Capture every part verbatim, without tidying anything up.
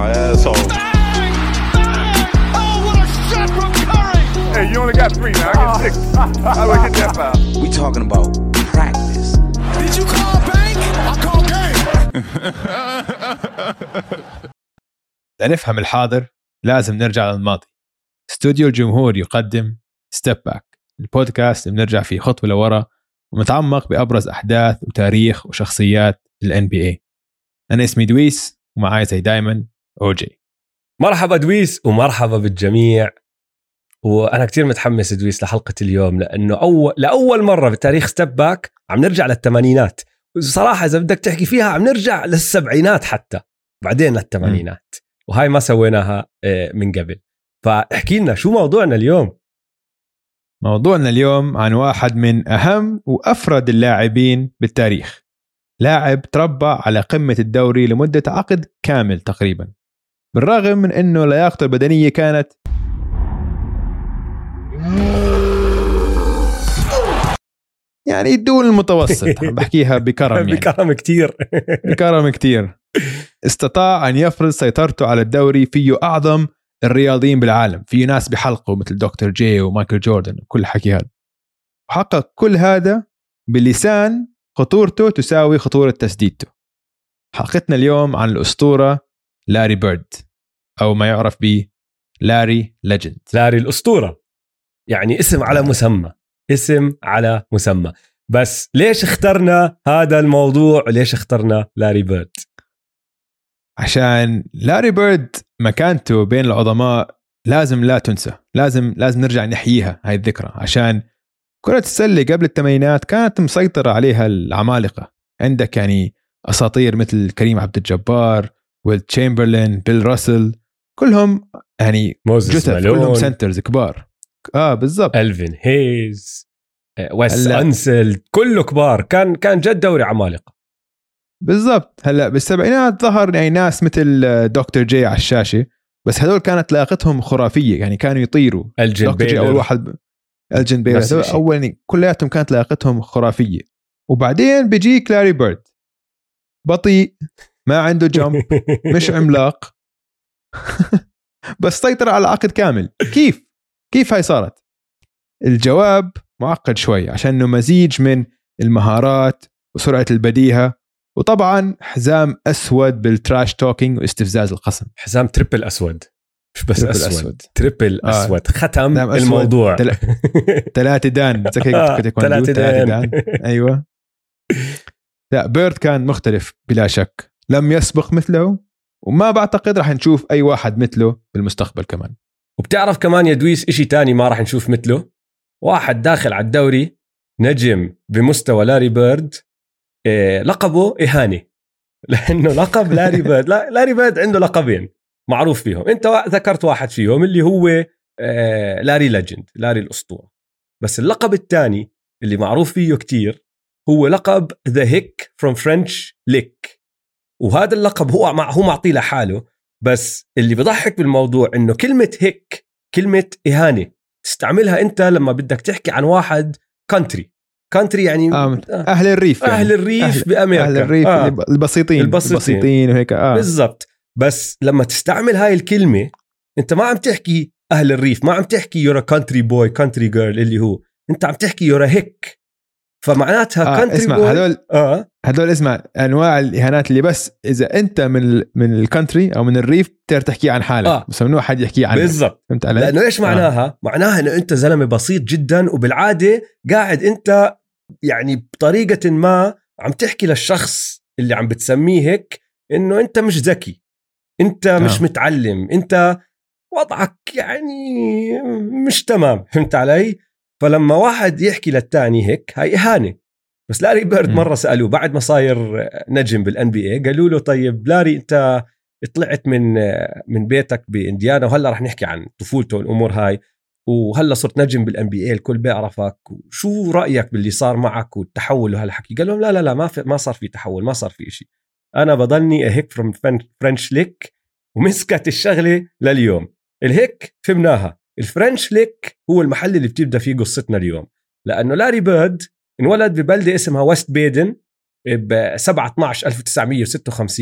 my asshole. Oh, what a shot from Curry! Hey, you only got three now. I get six. How do I get that foul? We talking about practice. Did you call bank? I call game. لنفهم الحاضر لازم نرجع للماضي. استوديو الجمهور يقدم ستيب باك، البودكاست اللي بنرجع فيه خطوة لورا ومتعمق بأبرز أحداث وتاريخ وشخصيات ال إن بي إيه. أنا اسمي دويس ومعاي زي دايما أوجي. مرحبا دويس ومرحبا بالجميع، وأنا كتير متحمس دويس لحلقة اليوم لأنه أول لأول مرة بتاريخ ستيب باك عم نرجع للثمانينات، وصراحة إذا بدك تحكي فيها عم نرجع للسبعينات حتى بعدين للثمانينات، وهاي ما سويناها من قبل. فاحكي لنا شو موضوعنا اليوم؟ موضوعنا اليوم عن واحد من أهم وأفرد اللاعبين بالتاريخ، لاعب تربى على قمة الدوري لمدة عقد كامل تقريبا، بالرغم من أنه لياقته البدنية كانت يعني دون المتوسط. بحكيها بكرم يعني. بكرم كتير بكرم كتير. استطاع أن يفرض سيطرته على الدوري، فيه أعظم الرياضيين بالعالم، فيه ناس بحلقه مثل دكتور جي ومايكل جوردن وكل حكي هذا، وحقق كل هذا بلسان خطورته تساوي خطورة تسديدته. حلقتنا اليوم عن الأسطورة لاري بيرد، أو ما يعرف ب لاري ليجند. لاري الأسطورة، يعني اسم على مسمى، اسم على مسمى. بس ليش اخترنا هذا الموضوع؟ ليش اخترنا لاري بيرد؟ عشان لاري بيرد مكانته بين العظماء لازم لا تنسى، لازم لازم نرجع نحييها هاي الذكرى. عشان كرة السلة قبل الثمانينات كانت مسيطرة عليها العمالقة، عندك يعني أساطير مثل كريم عبد الجبار، ويل تشامبرلين، بيل راسل، كلهم يعني جثث، كلهم سنترز كبار. اه بالضبط. ألفين هيز، ويس أنسل، كله كبار. كان كان جد دوري عمالقة بالضبط. هلا بالسبعينات ظهر يعني ناس مثل دكتور جي على الشاشة، بس هذول كانت لاقتهم خرافية، يعني كانوا يطيروا. دكتور جي أول واحد، الجن بيلر، أول كلياتهم كانت لاقتهم خرافية. وبعدين بيجيك لاري بيرد بطيء، ما عنده جمب، مش عملاق بس سيطر على عقد كامل. كيف كيف هاي صارت؟ الجواب معقد شوي، عشانه مزيج من المهارات وسرعة البديهة، وطبعا حزام أسود بالتراش توكينج واستفزاز الخصم. حزام تريبل أسود، مش بس تريبل أسود, أسود. تريبل آه. أسود ختم الموضوع. تل... ثلاثة دان ثلاثة دان أيوة. لا، بيرد كان مختلف بلا شك، لم يسبق مثله، وما بعتقد رح نشوف أي واحد مثله بالمستقبل كمان. وبتعرف كمان يا دويس إشي تاني ما رح نشوف مثله، واحد داخل على الدوري نجم بمستوى لاري بيرد، إيه لقبه إهانة، لأنه لقب لاري بيرد. لا، لاري بيرد عنده لقبين معروف فيهم، انت ذكرت واحد فيهم اللي هو إيه لاري ليجند، لاري الأسطورة. بس اللقب الثاني اللي معروف فيه كتير هو لقب The Hick from French Lick، وهذا اللقب هو مع هو معطيه لحاله. بس اللي بضحك بالموضوع انه كلمة هيك كلمة إهانة تستعملها انت لما بدك تحكي عن واحد كانتري كانتري يعني آه. أهل الريف، يعني. أهل الريف أهل بأمريكا، أهل الريف آه. البسيطين البسيطين, البسيطين وهيك. آه. بالضبط. بس لما تستعمل هاي الكلمة انت ما عم تحكي أهل الريف، ما عم تحكي يورا كانتري بوي كانتري جيرل اللي هو انت عم تحكي يورا هيك، فمعناتها آه. كانتري اسمع بوي. هدول آه. هدول اسمع انواع الاهانات اللي بس اذا انت من من الكانتري او من الريف بتقدر تحكي عن حالك، آه. بس ممنوع حد يحكي عنك. بالضبط. فهمت علي؟ لانه ايش معناها؟ آه. معناها انه انت زلمه بسيط جدا، وبالعاده قاعد انت يعني بطريقه ما عم تحكي للشخص اللي عم بتسميه هيك انه انت مش ذكي، انت آه. مش متعلم، انت وضعك يعني مش تمام. فهمت علي؟ فلما واحد يحكي للتاني هيك هاي إهانة. بس لاري بيرد مرة سألوه بعد ما صاير نجم بالان بي اي، قالوا له طيب لاري انت طلعت من من بيتك بانديانا وهلا رح نحكي عن طفولته والامور هاي، وهلا صرت نجم بالان بي اي الكل بيعرفك، شو رايك باللي صار معك والتحول وهالحكي؟ قال لهم لا لا لا ما في ما صار في تحول، ما صار في إشي، انا بضلني هيك فروم فرنش ليك. ومسكت الشغله لليوم. الهيك فهمناها، الفرنش ليك هو المحل اللي بتبدا فيه قصتنا اليوم، لانه لاري بيرد انولد ببلده اسمها ويست بيدن ب سبعة اثناشر ألف وتسعمية وستة وخمسين،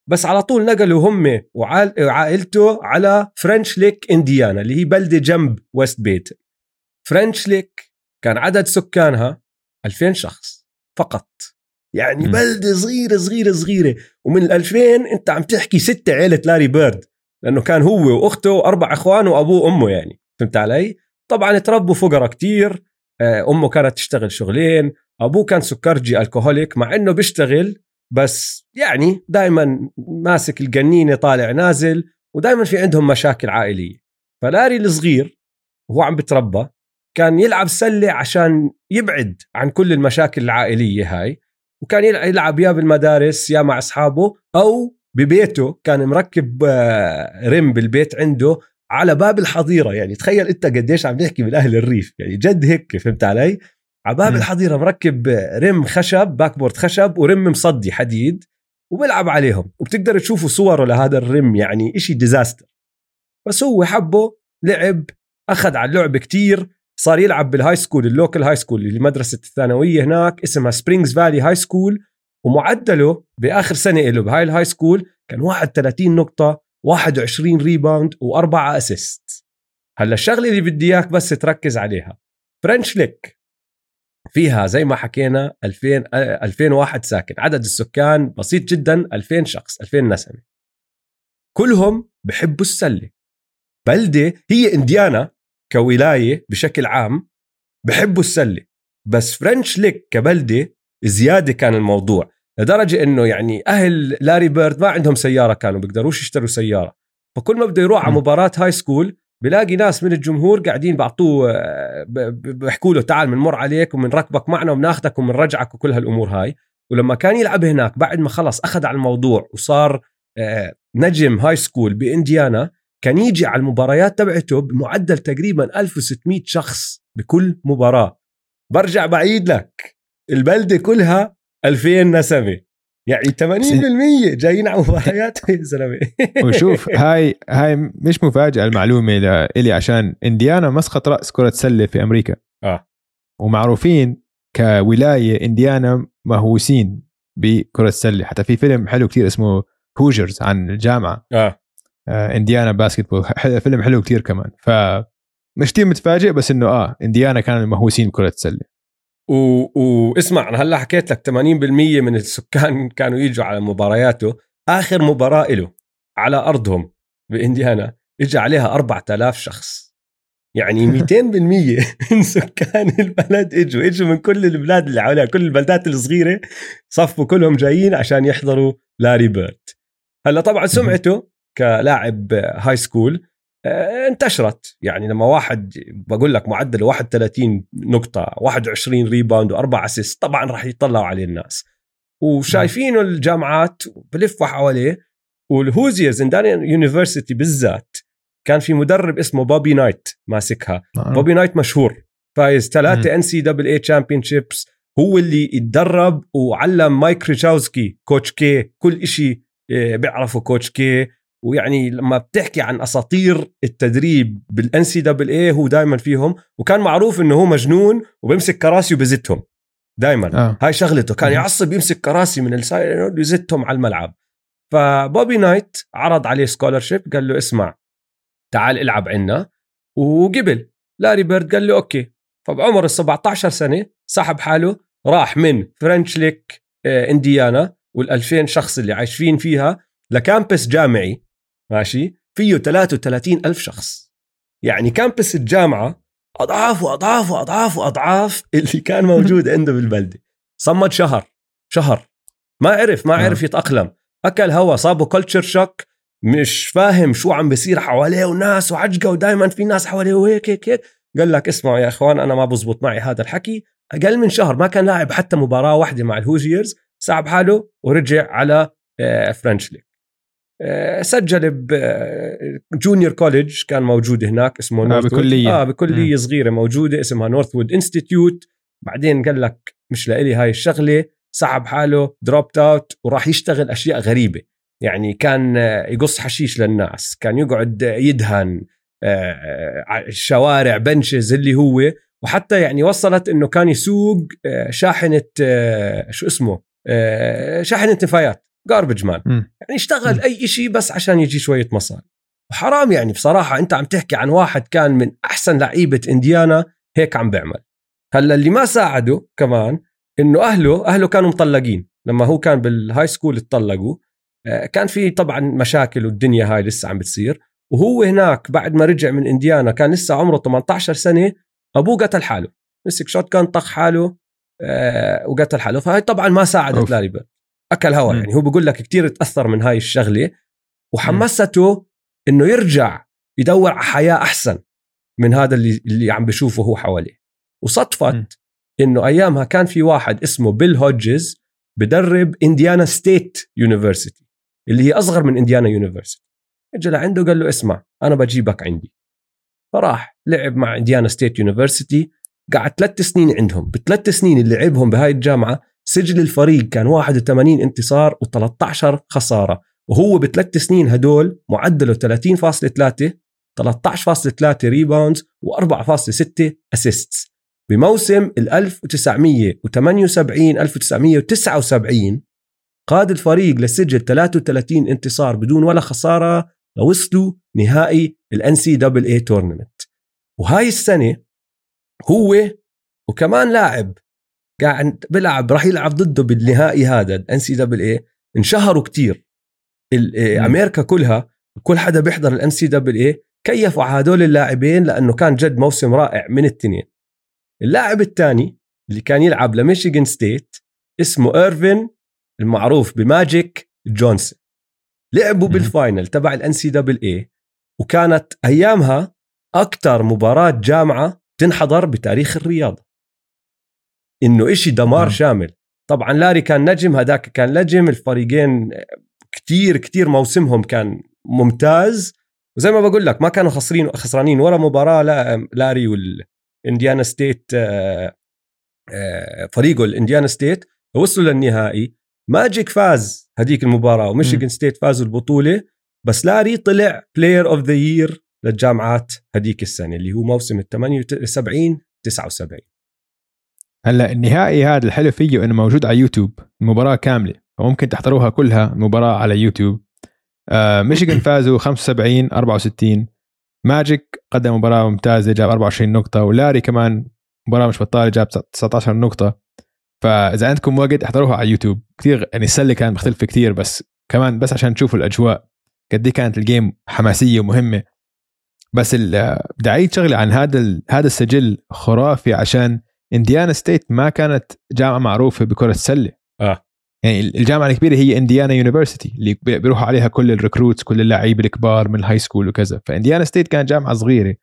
بس على طول نقلوا هم وعائلته على فرنش ليك إنديانا اللي هي بلدة جنب ويست بيت. فرنش ليك كان عدد سكانها ألفين شخص فقط، يعني م. بلدة صغيرة صغيرة صغيرة. ومن الألفين أنت عم تحكي ستة عيلة لاري بيرد، لأنه كان هو وأخته وأربع إخوان وأبوه وأمه، يعني فهمت علي؟ طبعا تربوا فقراء كتير. أمه كانت تشتغل شغلين، أبوه كان سكرجي الكحوليك مع أنه بيشتغل بس يعني دايما ماسك الجنينة طالع نازل، ودايما في عندهم مشاكل عائلية. فلاري الصغير وهو عم بتربى كان يلعب سلة عشان يبعد عن كل المشاكل العائلية هاي، وكان يلعب يا بالمدارس يا مع أصحابه أو ببيته. كان مركب رم بالبيت عنده على باب الحظيرة. يعني تخيل أنت قديش عم نحكي من أهل الريف، يعني جد هيك، فهمت علي؟ على باب الحظيرة مركب رم خشب، باكبورد خشب ورم مصدي حديد، وبلعب عليهم. وبتقدر تشوفوا صوره لهذا الرم، يعني إشي ديزاستر. بس هو حبه، لعب، أخذ على اللعب كتير، صار يلعب بالهاي سكول، اللوكل هاي سكول اللي مدرسة الثانوية هناك اسمها سبرينغز فالي هاي سكول. ومعدله بآخر سنة له بهاي الهاي سكول كان واحد وثلاثين نقطة، واحد وعشرين ريباوند وأربعة أسيست. هلا الشغلة اللي بدي إياك بس تركز عليها، فرنش ليك فيها زي ما حكينا ألفين ألفين واحد ساكن، عدد السكان بسيط جدا، ألفين شخص، ألفين نسمة، كلهم بحبوا السلة. بلدة هي إنديانا كولاية بشكل عام بحبوا السلة، بس فرنش ليك كبلدة زيادة كان الموضوع، لدرجة إنه يعني أهل لاري بيرد ما عندهم سيارة، كانوا بيقدروش يشتروا سيارة. فكل ما بده يروح على مباراة هاي سكول بلاقي ناس من الجمهور قاعدين بعطوه، بيحكوا له تعال منمر عليك ومن ركبك معنا ومناخدك ومن رجعك وكل هالأمور هاي. ولما كان يلعب هناك بعد ما خلص أخذ على الموضوع وصار نجم هاي سكول بإنديانا، كان يجي على المباريات تبعته بمعدل تقريبا ألف وستمية شخص بكل مباراة. برجع بعيد لك، البلدة كلها ألفين نسمة، يعني ثمانين بالمية جايين على مباريات يا زلمة. وشوف هاي هاي مش مفاجأة المعلومة لإلي، عشان إنديانا مسقط رأس كرة سلة في أمريكا. آه. ومعروفين كولاية إنديانا مهووسين بكرة السلة، حتى في فيلم حلو كتير اسمه هوجرز عن الجامعة. آه. آه إنديانا باسكتبول، فيلم حلو كتير كمان. فمش كتير متفاجئ، بس إنه آه إنديانا كانوا مهووسين بكرة السلة. واسمع، أنا هلا حكيت لك ثمانين بالمية من السكان كانوا يجوا على مبارياته. آخر مباراة له على أرضهم بإنديانا إجا عليها أربعة آلاف شخص، يعني مئتين بالمية من سكان البلد إجوا إجوا من كل البلاد اللي حواليها، كل البلدات الصغيرة صفوا كلهم جايين عشان يحضروا لاري بيرد. هلا طبعا سمعته كلاعب هاي سكول انتشرت، يعني لما واحد بقول لك معدله واحد وثلاثين نقطة، واحد وعشرين ريباوند وأربعة أسيست، طبعا راح يطلعوا عليه الناس وشايفينه الجامعات بلفوا حواليه. والهوزيرز إنديانا يونيفرسيتي بالذات كان في مدرب اسمه بوبي نايت ماسكها. آه. بوبي نايت مشهور، فايز ثلاثة ان سي دبل اي تشامبيونشيبس، هو اللي يتدرب وعلم مايك ريتشاوسكي كوتش كي كل إشي بيعرفه كوتش كي. ويعني لما بتحكي عن أساطير التدريب بالان سي دبل اي هو دايما فيهم، وكان معروف انه هو مجنون وبيمسك كراسي وبزتهم دايما. آه. هاي شغلته، كان يعصب يمسك كراسي من السايد ويزتهم على الملعب. فبوبي نايت عرض عليه سكولرشيب، قال له اسمع تعال العب عنا، وقبل. لاري بيرد قال له اوكي. فبعمر السبعة عشر سنة سحب حاله، راح من فرنش ليك إنديانا والألفين شخص اللي عايشين فيها لكامبس جامعي ماشي فيه ثلاثة وثلاثين ألف شخص. يعني كامبس الجامعة أضعاف وأضعاف وأضعاف وأضعاف اللي كان موجود عنده بالبلدة. صمد شهر شهر ما عرف ما عرف يتأقلم، أكل هوا، صابه كولتشر شوك، مش فاهم شو عم بيصير حواليه وناس وعجقة ودايما في ناس حواليه وهيك هيك هيك. قال لك اسمعوا يا أخوان، أنا ما بزبط معي هذا الحكي. أقل من شهر ما كان لاعب حتى مباراة واحدة مع الهوزيرز، سحب حاله ورجع على فرنش ليك. سجل بجونيور كوليدج كان موجود هناك اسمه آه بكلية آه بكلية م. صغيرة موجودة اسمها نورثوود انستيتيوت. بعدين قال لك مش لإلي هاي الشغلة، سحب حاله دروبت اوت وراح يشتغل أشياء غريبة. يعني كان يقص حشيش للناس، كان يقعد يدهن الشوارع بنشز اللي هو، وحتى يعني وصلت انه كان يسوق شاحنة شو اسمه شاحنة نفايات garbage man. م. يعني اشتغل م. أي شيء بس عشان يجي شوية مصاري. وحرام يعني بصراحة أنت عم تحكي عن واحد كان من أحسن لعيبة إنديانا هيك عم بيعمل. هلا اللي ما ساعده كمان إنه أهله أهله كانوا مطلقين لما هو كان بالهاي سكول اتطلقوا. كان في طبعا مشاكل والدنيا هاي لسه عم بتصير. وهو هناك بعد ما رجع من إنديانا كان لسه عمره ثمانية عشر سنة. أبوه قتل حاله، مسك شوت كان طخ حاله أه وقتل حاله. فهاي طبعا ما ساعدت لاري بيرد، أكل هوا. م. يعني هو بيقول لك كتير تأثر من هاي الشغلة وحمسته إنه يرجع يدور على حياة أحسن من هذا اللي اللي عم بشوفه هو حواليه. وصدفت م. إنه أيامها كان في واحد اسمه بيل هودجز بدرب إنديانا ستيت يونيفرسيتي اللي هي أصغر من إنديانا يونيفرسيتي. اجى لعنده قال له اسمع أنا بجيبك عندي. فراح لعب مع إنديانا ستيت يونيفرسيتي، قعد ثلاث سنين عندهم. بثلاث سنين اللي لعبهم بهاي الجامعة سجل الفريق كان واحد وثمانين انتصار و13 خسارة، وهو بثلاث سنين هدول معدله ثلاثين فاصلة ثلاثة، ثلاثة عشر فاصلة ثلاثة ريباوندز و4 فاصلة ستة اسيستس بموسم ال ألف وتسعمية وثمانية وسبعين ألف وتسعمية وتسعة وسبعين. قاد الفريق لسجل ثلاثة وثلاثين انتصار بدون ولا خسارة لوصلوا نهائي ال إن سي دبل إيه تورنمنت. وهاي السنة هو وكمان لاعب قاعد بلعب راح يلعب ضده بالنهائي هذا ال إن سي دبل إيه. انشهروا كتير أمريكا كلها، كل حدا بيحضر ال إن سي دبل إيه كيفوا على هدول اللاعبين لأنه كان جد موسم رائع من التنين. اللاعب الثاني اللي كان يلعب لميشيغان ستيت اسمه إيرفين المعروف بماجيك جونسون. لعبوا بالفاينل تبع ال إن سي دبل إيه وكانت أيامها أكتر مباراة جامعة تنحضر بتاريخ الرياضة. إنه إشي دمار شامل. طبعا لاري كان نجم، هداك كان نجم. الفريقين كتير كتير موسمهم كان ممتاز، وزي ما بقول لك ما كانوا خسرين خسرانين ولا مباراة. لا لاري والإنديانا ستيت فريقه الإنديانا ستيت وصلوا للنهائي. ماجيك فاز هديك المباراة وميشيغان ستيت فازوا البطولة، بس لاري طلع بلاير اوف ذا يير للجامعات هديك السنة اللي هو موسم ثمانية وسبعين تسعة وسبعين. هلا النهائي هذا الحلو فيه انه موجود على يوتيوب المباراة كاملة، فممكن تحضروها كلها المباراة على يوتيوب. آه ميشيغان فازوا خمسة وسبعين أربعة وستين. ماجيك قدم مباراة ممتازة جاب أربعة وعشرين نقطة، ولاري كمان مباراة مش بطالة جاب تسعة عشر نقطة. فإذا عندكم وقت احضروها على يوتيوب كتير. يعني السلة كان مختلفة كتير، بس كمان بس عشان تشوفوا الأجواء قد كانت الجيم حماسية ومهمة. بس بدي أعيد شغلة عن هذا هذا السجل خرافي، عشان إنديانا ستيت ما كانت جامعة معروفة بكرة السلة. آه. يعني الجامعة الكبيرة هي إنديانا يونيفرسيتي اللي بيروحوا عليها كل الريكروتس كل اللاعبين الكبار من الهاي سكول وكذا. فإنديانا ستيت كانت جامعة صغيرة،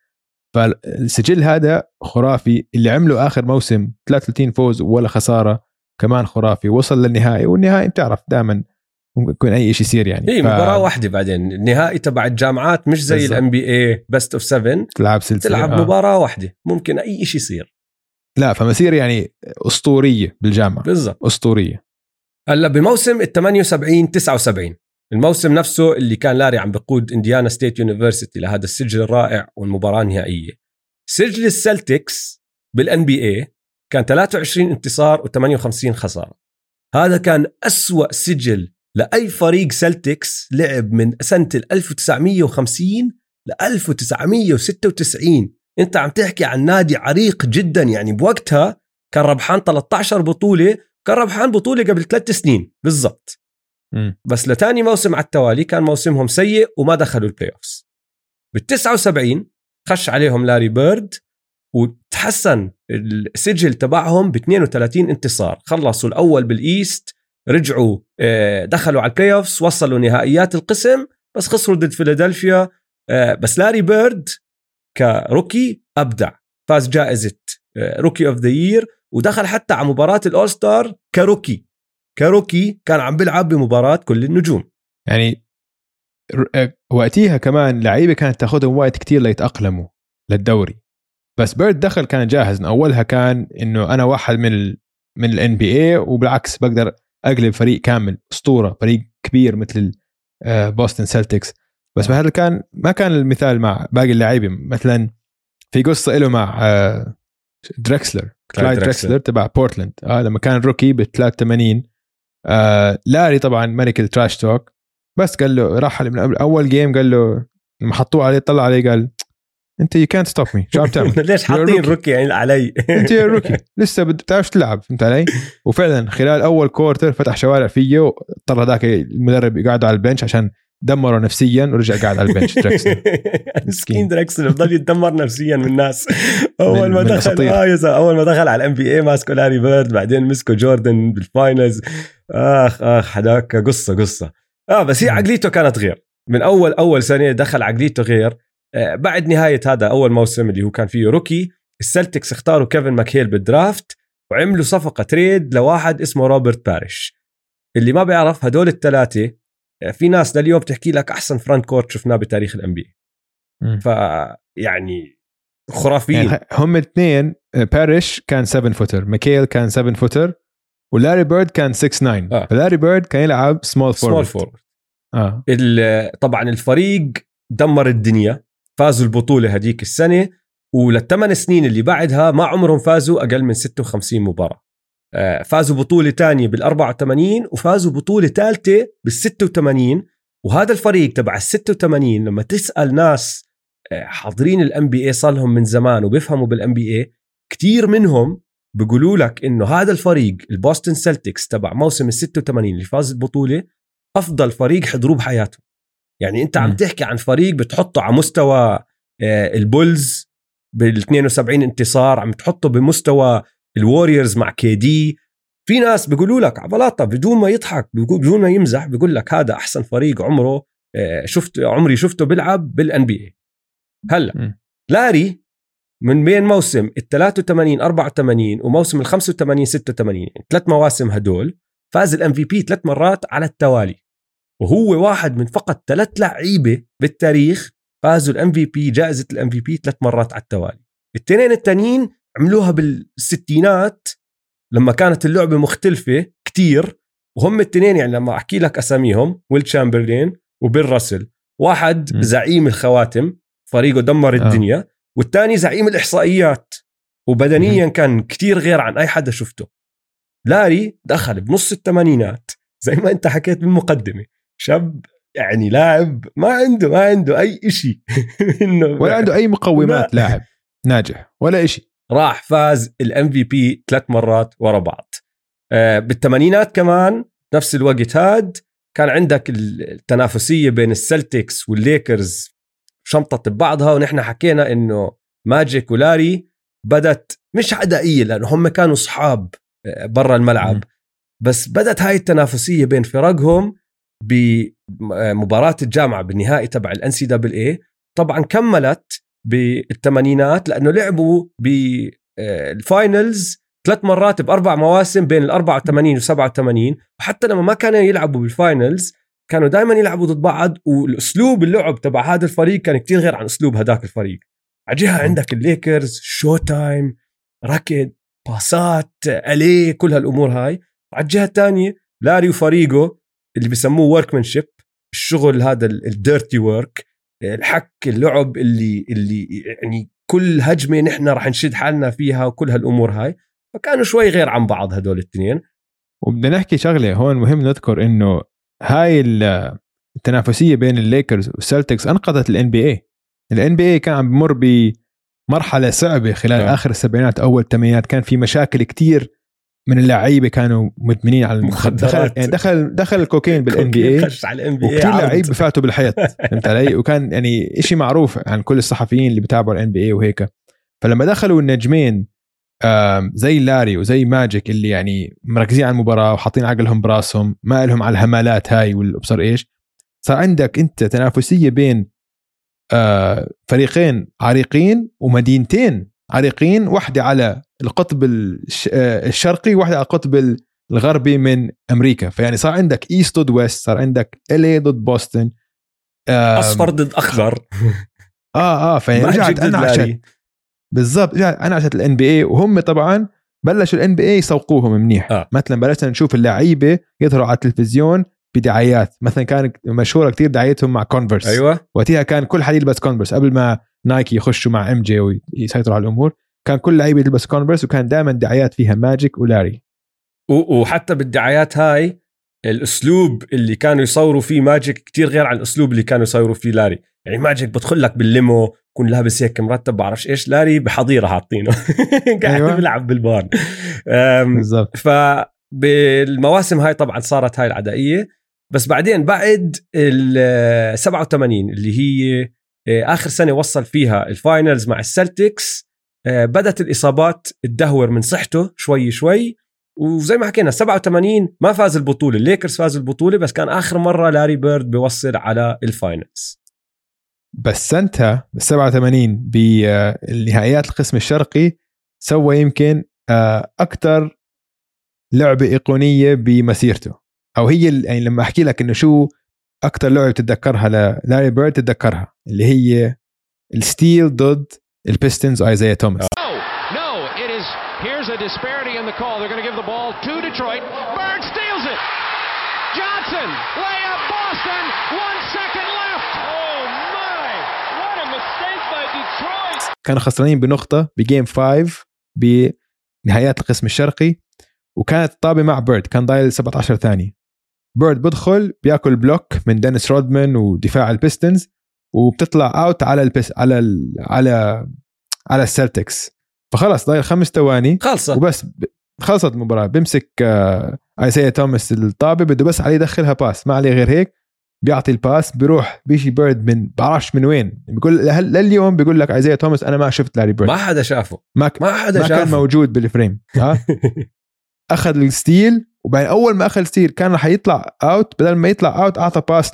فالسجل هذا خرافي. اللي عمله آخر موسم ثلاثة وثلاثين فوز ولا خسارة كمان خرافي. وصل للنهائي، والنهائي بتعرف دائما ممكن يكون أي شيء يصير. يعني هي ف... مباراة واحدة. بعدين النهائي تبع الجامعات مش زي الام بي اي بست اوف سفن تلعب سلسلة، تلعب آه. مباراة واحدة ممكن أي شيء يصير. لا فمسير يعني أسطورية بالجامعة بالضبط، أسطورية. هلا بموسم ال ثمانية وسبعين تسعة وسبعين الموسم نفسه اللي كان لاري عم بقود إنديانا ستيت يونيفرسيتي لهذا السجل الرائع والمباراة النهائية. سجل السلتكس بالان بي اي كان ثلاثة وعشرين انتصار وثمانية وخمسين خسارة. هذا كان أسوأ سجل لأي فريق سلتكس لعب من سنة ألف وتسعمية وخمسين ل ألف وتسعمية وستة وتسعين. انت عم تحكي عن نادي عريق جدا. يعني بوقتها كان ربحان ثلاثة عشر بطولة، كان ربحان بطولة قبل ثلاث سنين بالضبط. بس لتاني موسم على التوالي كان موسمهم سيء وما دخلوا البلاي أوفس. بالتسعة وسبعين خش عليهم لاري بيرد وتحسن السجل تبعهم ب اثنين وثلاثين انتصار. خلصوا الأول بالإيست، رجعوا دخلوا على البلاي أوفس، وصلوا نهائيات القسم بس خسروا ضد فيلادلفيا. بس لاري بيرد كروكي أبدع، فاز جائزة روكي أوف ذا يير، ودخل حتى على مباراة الأول ستار كروكي كروكي كان عم بيلعب بمباراة كل النجوم. يعني وقتها كمان لعيبة كانت تاخدهم وقت كتير ليتأقلموا للدوري، بس بيرد دخل كان جاهز من أولها. كان إنه أنا واحد من ال من ال إن بي إيه، وبالعكس بقدر أقلب فريق كامل أسطورة، فريق كبير مثل بوستن سيلتكس. بس هذا كان ما كان المثال مع باقي اللاعبين. مثلا في قصة له مع دريكسلر كلايد دريكسلر تبع بورتلاند، آه لما كان روكي ب ثلاثة وثمانين آه لاري طبعا ملك التراش توك، بس قال له راح من اول جيم قال له لما حطوه عليه طلع عليه قال انت يو كانت ستوب مي، شو عم تعمل؟ ليش حاطين روكي يعني علي؟ انت يا روكي لسه بتعرفش تلعب، فهمت علي؟ وفعلا خلال اول كورتر فتح شوارع فيه، واضطر هذاك المدرب يقعده على البنش عشان دمره نفسيا ورجع قاعد على البنش. دراكسلر مسكين دراكسلر بضل يتدمر نفسيا من الناس. اول ما دخل اه يا اول ما دخل على الام بي اي ماسكو لاري بيرد، بعدين مسكو جوردن بالفاينلز. اخ اخ حداك قصه قصه اه بس هي عقليته كانت غير من اول اول سنه، دخل عقليته غير. آه بعد نهايه هذا اول موسم اللي هو كان فيه روكي، السلتكس اختاروا كيفن ماكهيل بالدرافت وعملوا صفقه تريد لواحد اسمه روبرت باريش. اللي ما بيعرف هدول الثلاثه في ناس لليوم بتحكي لك احسن فرونت كورت شفناه بتاريخ الان بي. ف يعني خرافيين يعني هم الاثنين. باريش كان سبعة فوتر، ماكيل كان سبعة فوتر، ولاري بيرد كان ستة تسعة. آه. فلاري بيرد كان يلعب سمول فورورد. سمول فورورد اه طبعا الفريق دمر الدنيا، فازوا البطوله هديك السنه، وللثمان سنين اللي بعدها ما عمرهم فازوا اقل من ستة وخمسين مباراه. فازوا بطولة تانية بالأربعة وثمانين وفازوا بطولة ثالثة بالستة وثمانين. وهذا الفريق تبع الستة وثمانين لما تسأل ناس حاضرين الام بي اي صالهم من زمان وبيفهموا بالام بي اي، كتير منهم بيقولوا لك انه هذا الفريق البوستن سلتكس تبع موسم الستة وثمانين اللي فاز البطولة افضل فريق حضروه بحياتهم. يعني انت عم تحكي عن فريق بتحطه على مستوى البولز بال اثنين وسبعين انتصار، عم تحطه بمستوى الواريورز مع كي دي. في ناس بيقولوا لك عبلاطة بدون ما يضحك، بدون ما يمزح، بيقول لك هذا أحسن فريق عمره شفت عمري شفته بيلعب بالان بي اي. هلا م. لاري من بين موسم ال ثلاثة وثمانين أربعة وثمانين وموسم ال خمسة وثمانين ستة وثمانين ثلاث مواسم هدول فاز الام في بي ثلاث مرات على التوالي، وهو واحد من فقط ثلاث لعيبة بالتاريخ فازوا الام في بي جائزة الام في بي ثلاث مرات على التوالي. التنين التانيين عملوها بالستينات لما كانت اللعبة مختلفة كتير، وهم التنين يعني لما أحكي لك أساميهم ويل تشامبرلين وبيل راسل، واحد م. زعيم الخواتم فريقه دمر الدنيا، آه. والتاني زعيم الإحصائيات وبدنيا م. كان كتير غير عن أي حدا شفته. لاري دخل بنص الثمانينات زي ما أنت حكيت بالمقدمة، شاب يعني لاعب ما عنده ما عنده أي إشي إنه ولا عنده أي مقومات لاعب ناجح ولا إشي، راح فاز الام في بي ثلاث مرات ورا بعض. آه بالثمانينات كمان نفس الوقت هاد كان عندك التنافسية بين السلتكس والليكرز شمطت ببعضها، ونحن حكينا انه ماجيك ولاري بدت مش عدائية لأنه هم كانوا صحاب برا الملعب، م. بس بدت هاي التنافسية بين فرقهم بمباراة الجامعة بالنهائي تبع الان سي دبل اي. طبعا كملت بالثمانينات لأنه لعبوا بالفاينلز ثلاث مرات بأربع مواسم بين الأربعة وثمانين وسبعة وثمانين، وحتى لما ما كانوا يلعبوا بالفاينلز كانوا دائما يلعبوا ضد بعض، والأسلوب اللعب تبع هذا الفريق كان كتير غير عن أسلوب هداك الفريق. عجيها عندك الليكرز شو تايم ركض باسات أليه كل هالأمور هاي. عجيها الثانية لاري وفريقه اللي بيسموه وركمانشيب، الشغل هذا الديرتي ورك، الحك اللعب اللي اللي يعني كل هجمة نحن راح نشد حالنا فيها وكل هالأمور هاي، فكانوا شوي غير عن بعض هدول الاثنين. وبدنا نحكي شغلة هون مهم نذكر إنه هاي التنافسية بين الليكرز والسلتكس أنقذت ال إن بي إيه. ال إن بي إيه كان عم بمر بمرحلة صعبة خلال آه. آخر السبعينات أول الثمانينات، كان في مشاكل كتير من اللعيبة كانوا مدمنين على المخدرات، دخل يعني دخل دخل الكوكين بالان بي اي، وكثير لعيب بفاتوا بالحيط فهمت علي، وكان يعني إشي معروف عن كل الصحفيين اللي بتابعوا الان بي اي وهيك. فلما دخلوا النجمين زي لاري وزي ماجيك اللي يعني مركزين على المباراة وحاطين عقلهم براسهم ما لهم على الهمالات هاي والابصر ايش، صار عندك انت تنافسية بين فريقين عريقين ومدينتين عريقين، واحدة على القطب الشرقي واحدة على القطب الغربي من أمريكا. فيعني صار عندك إيست ضد ويست، صار عندك إلي ضد بوسطن، أصفر ضد أخضر. آه آه فيعني رجعت أنا عشت بالضبط أنا عشت ال إن بي إيه، وهم طبعا بلشوا ال إن بي إيه يسوقوهم منيح. آه. مثلا بلشنا نشوف اللعيبة يظهروا على التلفزيون بدعايات، مثلا كانت مشهورة كتير دعايتهم مع كونفرس. أيوة. وقتها كان كل حد يلبس كونفرس قبل ما نايكي يخشوا مع ام جي ويسيطروا على الامور، كان كل لعيبه يلبس كونفرس، وكان دائما دعايات فيها ماجيك ولاري. وحتى بالدعايات هاي الاسلوب اللي كانوا يصوروا فيه ماجيك كتير غير عن الاسلوب اللي كانوا يصوروا فيه لاري. يعني ماجيك بدخل لك بالليمو يكون لابس هيك مرتب بعرفش ايش، لاري بحظيره حاطينه قاعد أيوة. بيلعب بالبار بالضبط. فبالمواسم هاي طبعا صارت هاي العدائيه، بس بعدين بعد ال سبعة وثمانين اللي هي آخر سنة وصل فيها الفاينلز مع السلتكس، بدت الإصابات تدهور من صحته شوي شوي، وزي ما حكينا سبعة وثمانين ما فاز البطولة، الليكرز فاز البطولة، بس كان آخر مرة لاري بيرد بيوصل على الفاينلز. بس سنتها سبعة وثمانين بالنهائيات القسم الشرقي سوى يمكن أكتر لعبة إيقونية بمسيرته، أو هي يعني لما أحكي لك إنه شو أكتر لعبة تتذكرها للاري بيرد تتذكرها اللي هي الستيل ضد البيستنز وآيزايا توماس. Here's a disparity in the call. They're going to give the ball to Detroit. Bird steals it. Johnson, layup, Boston. One second left. Oh my! What a mistake by Detroit. كانوا خسرانين بنقطة بجيم فايف بنهايات القسم الشرقي، وكانت طابة مع بيرد، كان ضايل سبعة عشر ثانية. بيرد بدخل بياكل بلوك من دينيس رودمان ودفاع البيستنز، وبتطلع اوت على البس على ال... على على السلتكس، فخلص ضايل خمس ثواني خلصت وبس خلصت المباراة. بمسك آيزايا توماس الطابة، بده بس عليه يدخلها باس، ما عليه غير هيك، بيعطي الباس، بيروح بيجي بيرد من بعرفش من وين، بيقول لليوم بيقول لك آيزايا توماس أنا ما شفت لاري بيرد، ما حدا شافه، ما, ك... ما حدا ما شافه، كان موجود بالفريم. ها أخذ الستيل، وبعدين أول ما أخذ الستيل كان رح يطلع أوت، بدل ما يطلع أوت أعطى باس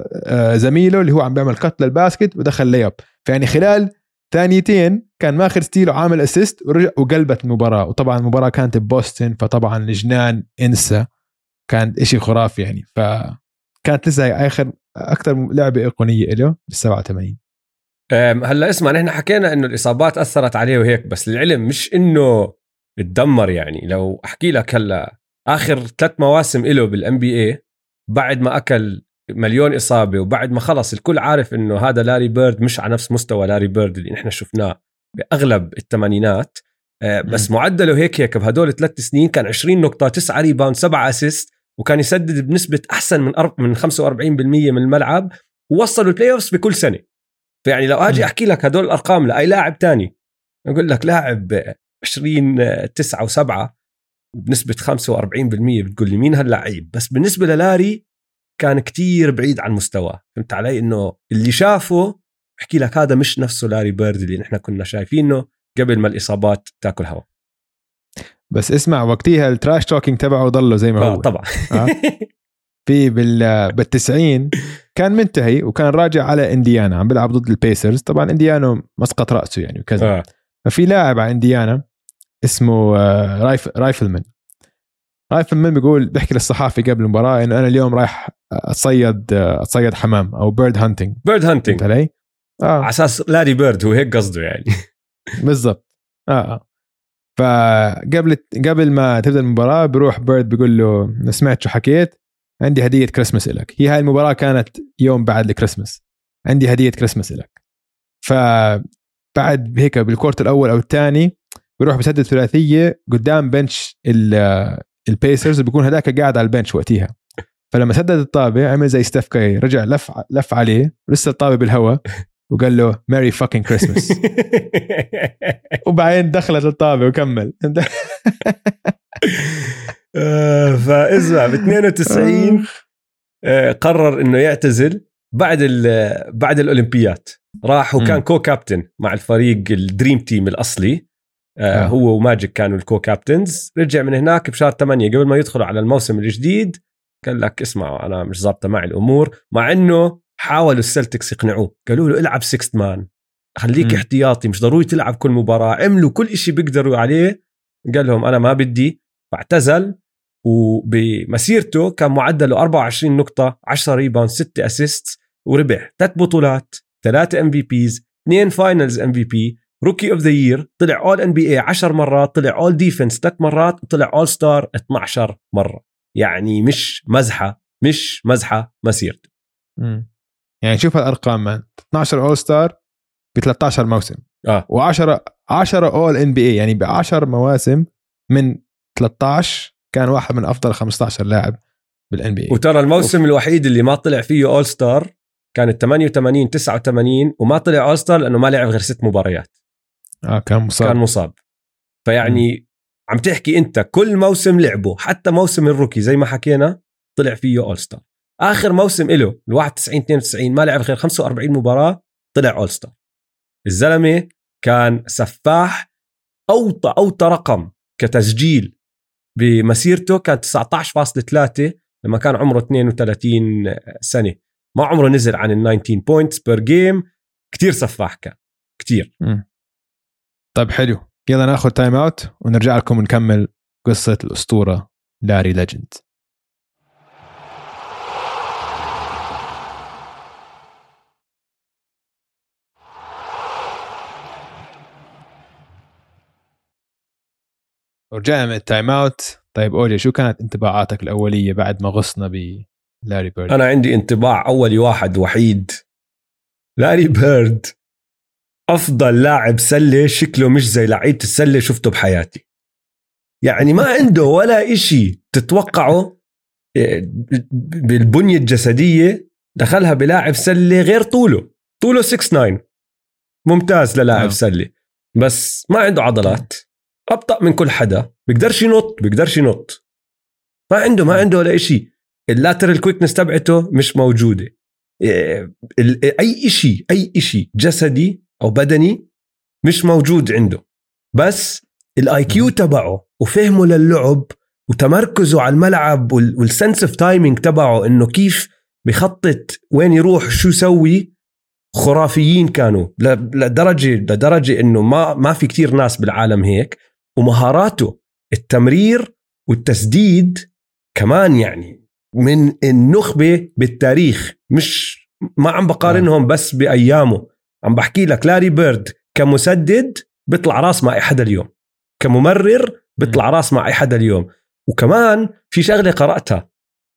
لزميله اللي هو عم بيعمل كت للباسكت ودخل لياب. فيعني خلال ثانيتين كان ماخر ستيل وعامل اسيست ورجع وقلبت المباراة. وطبعا المباراة كانت ببوسطن، فطبعا الجنان انسى، كان اشي خرافي يعني. فكانت لسه آخر أكتر لعبة إيقونية له بالسبعة وثمانين. هلا اسمع، نحن حكينا إنه الإصابات أثرت عليه وهيك، بس العلم مش إنه اتدمر. يعني لو أحكي لك هلا آخر ثلاث مواسم له بالان بي اي بعد ما أكل مليون إصابة، وبعد ما خلص الكل عارف إنه هذا لاري بيرد مش على نفس مستوى لاري بيرد اللي نحن شفناه بأغلب الثمانينات، بس م. معدله هيك هيك بهدول ثلاث سنين كان عشرين نقطة، تسعة ريباوند، سبعة أسيست، وكان يسدد بنسبة أحسن من أرب من خمسة وأربعين بالمية من الملعب، ووصلوا البلاي أوفس بكل سنة. فيعني لو أجي أحكي لك هدول الأرقام لأي لاعب تاني، أقول لك لاعب عشرين تسعة وسبعة وبنسبة خمسة وأربعين بالمية، بتقول لي مين هاللعيب؟ بس بالنسبة للاري كان كتير بعيد عن مستواه. فهمت علي؟ إنه اللي شافه بحكي لك هذا مش نفسه لاري بيرد اللي نحن كنا شايفينه قبل ما الإصابات تاكل هوا. بس اسمع، وقتها التراش توكينج تبعه ضله زي ما هو. آه طبعا. آه. في بال بالتسعين كان منتهي، وكان راجع على انديانا عم بيلعب ضد البيسرز. طبعا انديانا مسقط رأسه يعني وكذا. آه. ففي لاعب على انديانا اسمه رايف رايفلمان رايفلمان بيقول، بيحكي للصحافي قبل المباراة إنه أنا اليوم رايح أصيد أصيد حمام أو بيرد هانتينج. بيرد هانتينج علي؟ آه. على أساس لاري بيرد هو هيك قصده يعني. بالضبط. آه آه. فقبل قبل ما تبدأ المباراة بيروح بيرد بيقول له سمعت شو حكيت، عندي هدية كريسماس لك. هي هاي المباراة كانت يوم بعد الكريسماس، عندي هدية كريسماس لك. فبعد هيك بالكورت الأول أو الثاني بيروح بسدد ثلاثية قدام بنش البيسرز، بيكون هداك قاعد على البنش وقتها. فلما سدد الطابة عمل زي ستيف كاري، رجع لف لف عليه ولسه الطابة بالهواء وقال له ميري فاكينج كريسماس، وبعدين دخلت الطابة وكمل. فإذا ب اثنين وتسعين قرر إنه يعتزل بعد بعد الأولمبيات. راح وكان كو كابتن مع الفريق الدريم تيم الأصلي. آه. هو وماجيك كانوا الكو كابتنز. رجع من هناك بشهر ثمانية قبل ما يدخلوا على الموسم الجديد، قال لك اسمعوا أنا مش ضابطة معي الأمور، مع إنه حاولوا السلتكس يقنعوه، قالوا له العب سيكست مان، خليك م. احتياطي، مش ضروري تلعب كل مباراة، عملوا كل إشي بيقدروا عليه. قال لهم أنا ما بدي، فاعتزل. وبمسيرته كان معدله أربعة وعشرين نقطة، عشرة ريباوند، ستة أسيست، وربح ثلاث بطولات، ثلاثة ام في بيز، اثنين فاينلز ام في بي، روكي اوف ذا يير، طلع اول ان بي اي عشر مرات، طلع اول ديفنس ثلاث مرات، وطلع اول ستار اثني عشر مرة. يعني مش مزحة، مش مزحة مسيرته. امم يعني شوف هالارقام، من اثني عشر اول ستار ب ثلاثة عشر موسم، اه و10 10 اول ان بي اي، يعني ب عشر مواسم من ثلاثة عشر كان واحد من افضل خمسة عشر لاعب بالان بي اي. وترى الموسم أوف. الوحيد اللي ما طلع فيه اول ستار كانت ثمانية وثمانين تسعة وثمانين وما طلع اول ستار لانه ما لعب غير ست مباريات. اه كان مصاب كان مصاب فيعني م. عم تحكي انت كل موسم لعبه حتى موسم الروكي زي ما حكينا طلع فيه اول ستار. اخر موسم له الواحد وتسعين اثنين وتسعين ما لعب غير خمسة وأربعين مباراة طلع اول ستار. الزلمه كان سفاح. اوطى اوطى رقم كتسجيل بمسيرته كان تسعة عشر فاصلة ثلاثة لما كان عمره اثنين وثلاثين سنة. ما عمره نزل عن ال تسعة عشر بوينتس بير جيم. كتير سفاح كان كتير. م. طيب حلو يلا ناخذ تايم اوت ونرجع لكم ونكمل قصة الأسطورة لاري ليجند. ورجعنا من التايم اوت. طيب أوجي شو كانت انطباعاتك الأولية بعد ما غصنا بلاري بيرد؟ أنا عندي انطباع أولي واحد وحيد. لاري بيرد أفضل لاعب سلة شكله مش زي لعيبة السلة شفته بحياتي. يعني ما عنده ولا إشي تتوقعه بالبنية الجسدية دخلها بلاعب سلة غير طوله. طوله ستة تسعة ممتاز للاعب سلة بس ما عنده عضلات. أبطأ من كل حدا. بيقدرش ينط بيقدرش ينط ما عنده ما عنده ولا إشي. اللاترال كويكنس تبعته مش موجودة. أي إشي أي إشي جسدي أو بدني مش موجود عنده. بس الاي كيو تبعه وفهمه للعب وتمركزه على الملعب والسنس اوف تايمينج تبعه انه كيف بخطط وين يروح شو يسوي خرافيين كانوا لدرجة لدرجة انه ما ما في كتير ناس بالعالم هيك. ومهاراته التمرير والتسديد كمان يعني من النخبة بالتاريخ. مش ما عم بقارنهم بس بأيامه. عم بحكي لك لاري بيرد كمسدد بيطلع راس مع أي حدا اليوم. كممرر بيطلع راس مع أي حدا اليوم. وكمان في شغلة قرأتها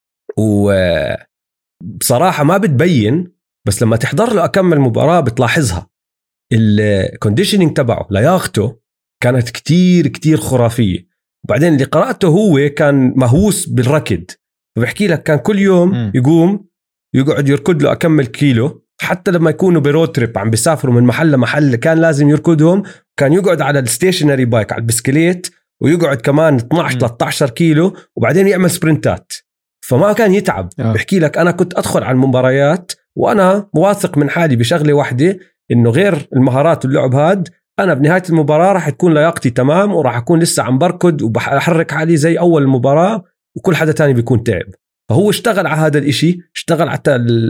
وبصراحة ما بتبين بس لما تحضر له أكمل مباراة بتلاحظها. الكونديشنينج تبعه لياقته كانت كتير كتير خرافية. وبعدين اللي قرأته هو كان مهووس بالركض. فبحكي لك كان كل يوم يقوم يقعد يركض له أكمل كيلو. حتى لما يكونوا برود تريب عم بيسافروا من محل لمحل كان لازم يركضهم. كان يقعد على الستيشنري بايك على البسكليت ويقعد كمان اثنا عشر ثلاثة عشر كيلو وبعدين يعمل سبرنتات. فما كان يتعب. أوه. بحكي لك أنا كنت أدخل على المباريات وأنا واثق من حالي بشغلة واحدة إنه غير المهارات واللعب هاد أنا بنهاية المباراة راح تكون لياقتي تمام وراح أكون لسه عم بركض وبحرك حالي زي أول المباراة وكل حدا تاني بيكون تعب. فهو اشتغل على هذا الاشي. اشتغل على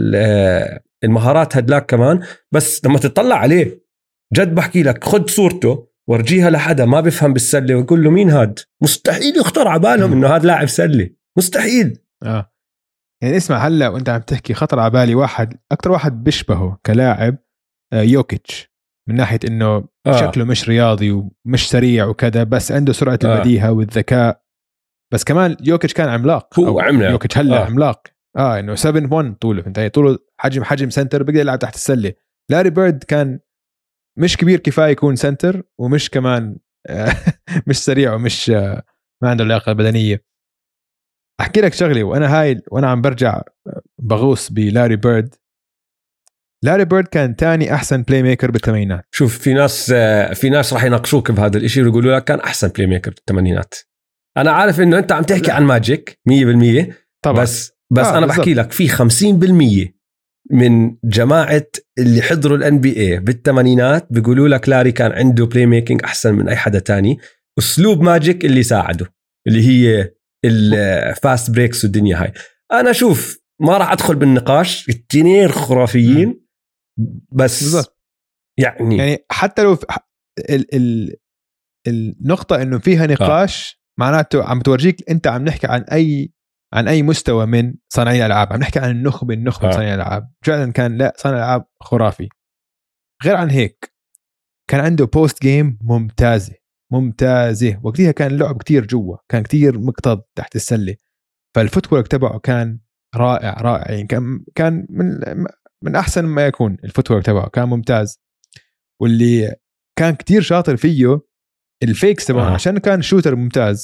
المهارات هدلاك كمان. بس لما تطلع عليه جد بحكي لك خد صورته ورجيها لحدا ما بيفهم بالسلة ويقول له مين هاد. مستحيل يخطر على بالهم انه هاد لاعب سلة. مستحيل. اه يعني اسمع هلا وانت عم تحكي خطر على بالي واحد اكتر واحد بيشبهه كلاعب آه يوكيتش من ناحية انه آه. شكله مش رياضي ومش سريع وكذا بس عنده سرعة آه. البديهة والذكاء. بس كمان يوكيتش كان عملاق. هو عملاق. يوكيتش هلا آه. عملاق. اه انه سبعة واحد طوله انت طوله حجم حجم سنتر بيقدر يلعب تحت السلة. لاري بيرد كان مش كبير كفاية يكون سنتر ومش كمان مش سريع ومش ما عنده لياقة بدنية. أحكي لك شغلي وأنا هاي وأنا عم برجع بغوص بلاري بيرد. لاري بيرد كان تاني أحسن بلاي ميكر بالثمانينات. شوف في ناس في ناس راح يناقشوك بهذا الإشي ويقولوا لك كان أحسن بلاي ميكر بالثمانينات. أنا عارف إنه أنت عم تحكي عن ماجيك مية بالمية طبعا. بس بس آه أنا بالضبط. بحكي لك في خمسين بالمية من جماعة اللي حضروا الان بي اي بالثمانينات بيقولوا لك لاري كان عنده بلاي ميكينج أحسن من أي حدا تاني. أسلوب ماجيك اللي ساعده اللي هي الفاست بريكس والدنيا هاي. أنا شوف ما راح أدخل بالنقاش. التنين خرافيين بس بالضبط. يعني يعني حتى لو ال ال النقطة إنه فيها نقاش آه. معناته عم تورجيك أنت عم نحكي عن أي عن أي مستوى من صانعي الألعاب. عم نحكي عن النخبة النخبة آه. صانعي الألعاب فعلا كان لا صانع الألعاب خرافي. غير عن هيك كان عنده بوست جيم ممتازة ممتازة. وقتها كان اللعب كتير جوا كان كتير مقتض تحت السلة. فالفوتورك تبعه كان رائع رائع يعني كان كان من من أحسن ما يكون. الفوتورك تبعه كان ممتاز. واللي كان كتير شاطر فيه الفيكس تبعه آه. عشان كان شوتر ممتاز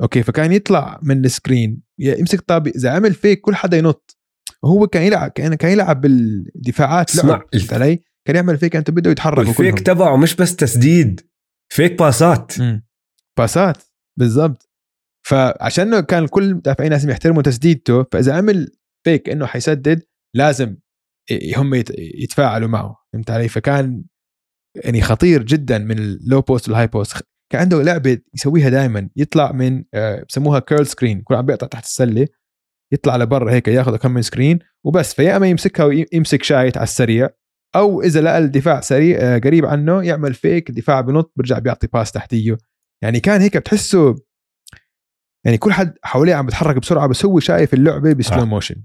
اوكي فكان يطلع من السكرين يمسك طابي، اذا عمل فيك كل حدا ينط، وهو كان يلعب كان كان يلعب بالدفاعات لعب علي، كان يعمل فيك انت بده يتحرك. الفيك تبعه مش بس تسديد، فيك باسات م. باسات بالضبط. فعشان كان كل المدافعين لازم يحترموا تسديدته، فاذا عمل فيك انه حيسدد لازم هم يتفاعلوا معه، فهمت علي؟ فكان يعني خطير جدا من اللو بوست والهاي بوست. كان عنده لعبه يسويها دائما، يطلع من بسموها كيرل سكرين، يكون عم بيقطع تحت السله يطلع لبرا هيك ياخذ كم من سكرين وبس، فيا اما يمسكها ويمسك شايت على السريع، او اذا لقى الدفاع سريع قريب عنه يعمل فيك، الدفاع بنط برجع بيعطي باس تحتيه. يعني كان هيك بتحسه يعني كل حد حواليه عم بيتحرك بسرعه، بس هو شايف اللعبه بسلو موشن.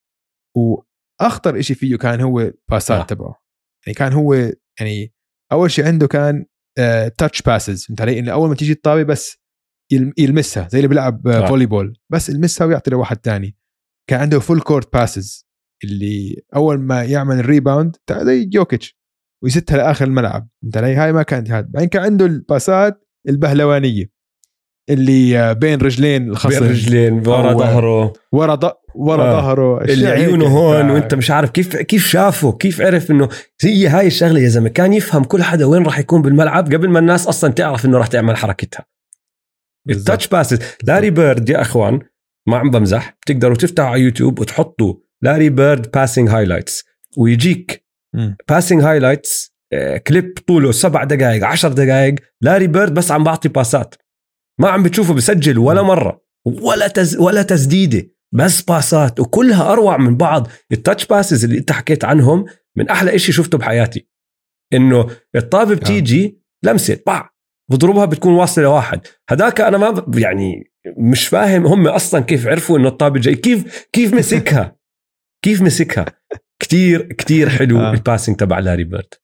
واخطر إشي فيه كان هو باسات آه. تبعه. يعني كان هو يعني اول شيء عنده كان تاتش uh, باسز، انت علي انه اول ما تيجي الطابه بس يلمسها زي اللي بيلعب آه. فولي بول، بس يلمسها ويعطي لواحد تاني. كان عنده فول كورت باسز، اللي اول ما يعمل الريباوند زي جوكيتش ويزتها لاخر الملعب، انت علي؟ هاي ما كانت هاد. بعدين كان عنده الباسات البهلوانيه اللي بين رجلين الخصم، بين رجلين ورا ظهره ورا ض... ورا آه. ظهره اللي عيونه هون آه. وانت مش عارف كيف كيف شافه، كيف عرف انه هي هاي الشغله يا زلمه. كان يفهم كل حدا وين راح يكون بالملعب قبل ما الناس اصلا تعرف انه راح تعمل حركتها. التاتش باسز. لاري بيرد يا اخوان ما عم بمزح، بتقدروا تفتحوا على يوتيوب وتحطوا لاري بيرد باسنج هايلايتس ويجيك باسنج هايلايتس كليب طوله سبع دقائق عشر دقائق، لاري بيرد بس عم بعطي باسات، ما عم بتشوفه بسجل ولا مرة ولا تز... ولا تسديدة، بس باسات وكلها أروع من بعض. التاتش باسز اللي انت حكيت عنهم من أحلى إشي شفته بحياتي، إنه الطابة بتيجي لمسة باع بضربها بتكون واصلة لواحد. هداك أنا ما ب... يعني مش فاهم هم أصلا كيف عرفوا إنه الطابة جاي، كيف كيف مسكها كيف مسكها كتير كتير حلو آه. الباسنج تبع لاري بيرد.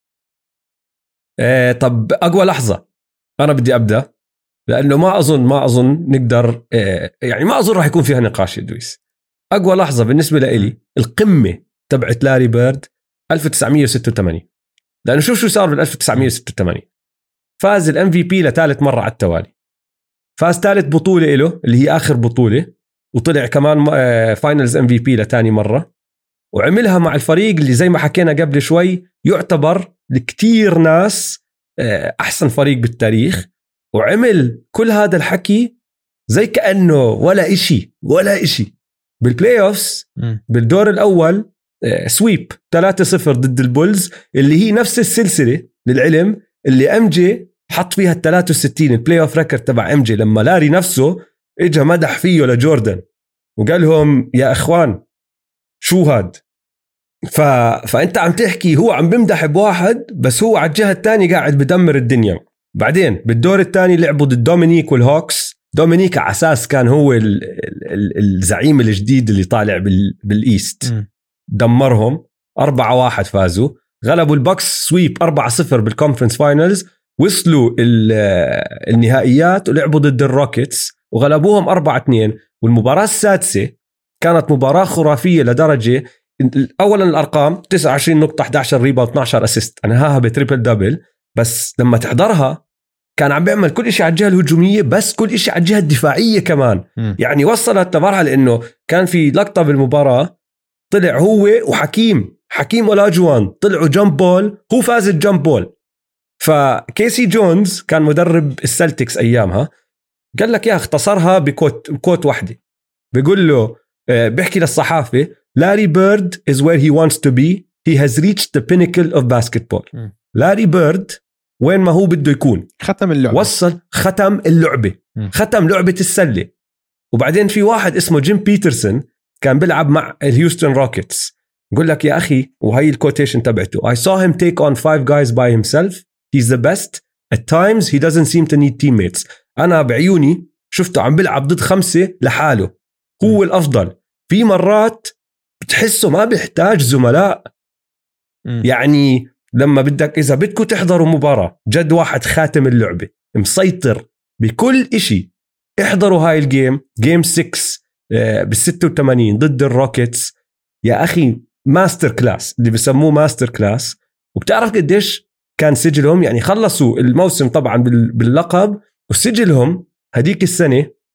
آه طب أقوى لحظة أنا بدي أبدأ، لأنه ما أظن ما أظن نقدر يعني ما أظن راح يكون فيها نقاش يا دويس. أقوى لحظة بالنسبة لإلي القمة تبعت لاري بيرد ألف وتسعمية وستة وثمانين، لأنه شوف شو صار بال ألف وتسعمية وستة وثمانين. فاز الام في بي لثالث مرة على التوالي، فاز ثالث بطولة له اللي هي آخر بطولة، وطلع كمان فاينلز ام في بي لثاني مرة، وعملها مع الفريق اللي زي ما حكينا قبل شوي يعتبر لكتير ناس أحسن فريق بالتاريخ. وعمل كل هذا الحكي زي كأنه ولا إشي ولا إشي. بالبلاي أوفس بالدور الأول سويب ثلاثة صفر ضد البولز، اللي هي نفس السلسلة للعلم اللي أم جي حط فيها الثلاثة وستين البلاي أوف ريكورد تبع أم جي، لما لاري نفسه إجا مدح فيه لجوردن وقال لهم يا أخوان شو هاد. ف... فأنت عم تحكي هو عم بمدح بواحد، بس هو على الجهة الثانية قاعد بدمر الدنيا. بعدين بالدور الثاني لعبوا ضد دومينيك والهوكس. دومينيك على أساس كان هو ال... ال... الزعيم الجديد اللي طالع بال... بالإيست م. دمرهم أربعة واحد، فازوا غلبوا البوكس سويب أربعة صفر بالكونفرنس فاينلز، وصلوا ال... النهائيات ولعبوا ضد الروكيتس وغلبوهم أربعة اثنين. والمباراة السادسة كانت مباراة خرافية لدرجة أولا الأرقام تسعة وعشرين نقطة إحدى عشر ريباوند اثنا عشر أسيست، أنهاها بتريبل دبل، بس لما تحضرها كان عم بيعمل كل إشي على الجهة الهجومية بس كل إشي على الجهة الدفاعية كمان. م. يعني وصلت لمرحلة إنه كان في لقطة بالمباراة طلع هو وحكيم حكيم ولاجوان طلعوا جامب بول، هو فاز الجامب بول. فكيسي جونز كان مدرب السلتكس أيامها، قال لك يا اختصرها بكوت كوت واحدة، بيقول له بيحكي للصحافة لاري بيرد is where he wants to be, he has reached the pinnacle of basketball. م. لاري بيرد وين ما هو بده يكون، ختم اللعبة، وصل ختم اللعبة م. ختم لعبة السلة. وبعدين في واحد اسمه جيم بيترسون كان بيلعب مع الهيوستن روكيتس، يقول لك يا أخي وهي الكوتيشن تبعته I saw him take on five guys by himself, he's the best, at times he doesn't seem to need teammates. أنا بعيوني شفته عم بيلعب ضد خمسة لحاله، هو م. الأفضل، في مرات بتحسه ما بيحتاج زملاء. م. يعني لما بدك إذا بدكوا تحضروا مباراة جد واحد خاتم اللعبة مسيطر بكل إشي، احضروا هاي الجيم جيم ستة بالستة وثمانين ضد الروكيتس. يا أخي ماستر كلاس اللي بسموه ماستر كلاس. وبتعرف قديش كان سجلهم؟ يعني خلصوا الموسم طبعا باللقب، وسجلهم هديك السنة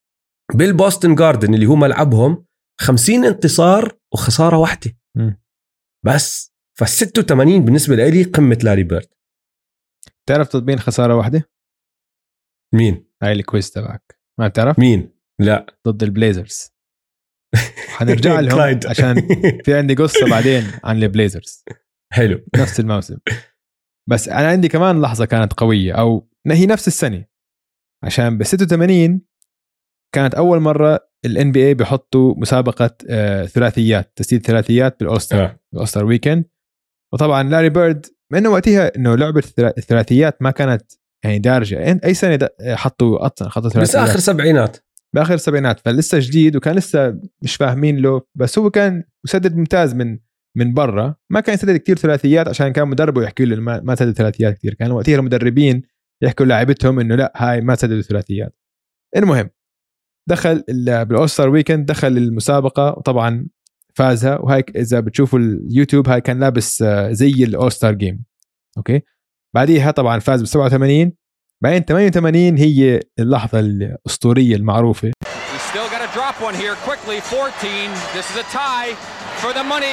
بالبوستن جاردن اللي هو ملعبهم خمسين انتصار وخسارة واحدة م. بس. فالستة وثمانين بالنسبة لي قمة لاري بيرد. تعرف تضمين خسارة واحدة؟ مين؟ هاي الكويز تبعك ما بتعرف؟ مين؟ لا ضد البليزرز. حنرجع لهم عشان في عندي قصة بعدين عن البليزرز. حلو. نفس الموسم. بس أنا عندي كمان لحظة كانت قوية أو هي نفس السنة عشان ب ستة وثمانين كانت أول مرة ال إن بي إيه بيحطوا مسابقة آه ثلاثيات تسديد ثلاثيات بالأوستر آه. بالأوستر ويكند. وطبعا لاري بيرد مع إنه وقتها إنه لعبة الثلاثيات ما كانت يعني دارجة. أي سنة حطوا أصلا خطوا ثلاثيات؟ بس آخر سبعينات بآخر السبعينات فلسه جديد وكان لسه مش فاهمين له. بس هو كان مسدد ممتاز من من برا ما كان يسدد كتير ثلاثيات عشان كان مدربه يحكي له ما, ما سدد ثلاثيات كتير. كان وقتها المدربين يحكوا لاعبتهم إنه لا هاي ما سددوا ثلاثيات. المهم دخل بالأوستر ويكند دخل المسابقة وطبعا فازها. وهاي إذا بتشوفوا اليوتيوب هاي كان لابس زي الأوستر جيم أوكي. بعديها طبعا فاز ب سبعة وثمانين. بعدين ثمانية وثمانين هي اللحظة الأسطورية المعروفة. Still got to drop one here quickly. fourteen. This is a tie for the money.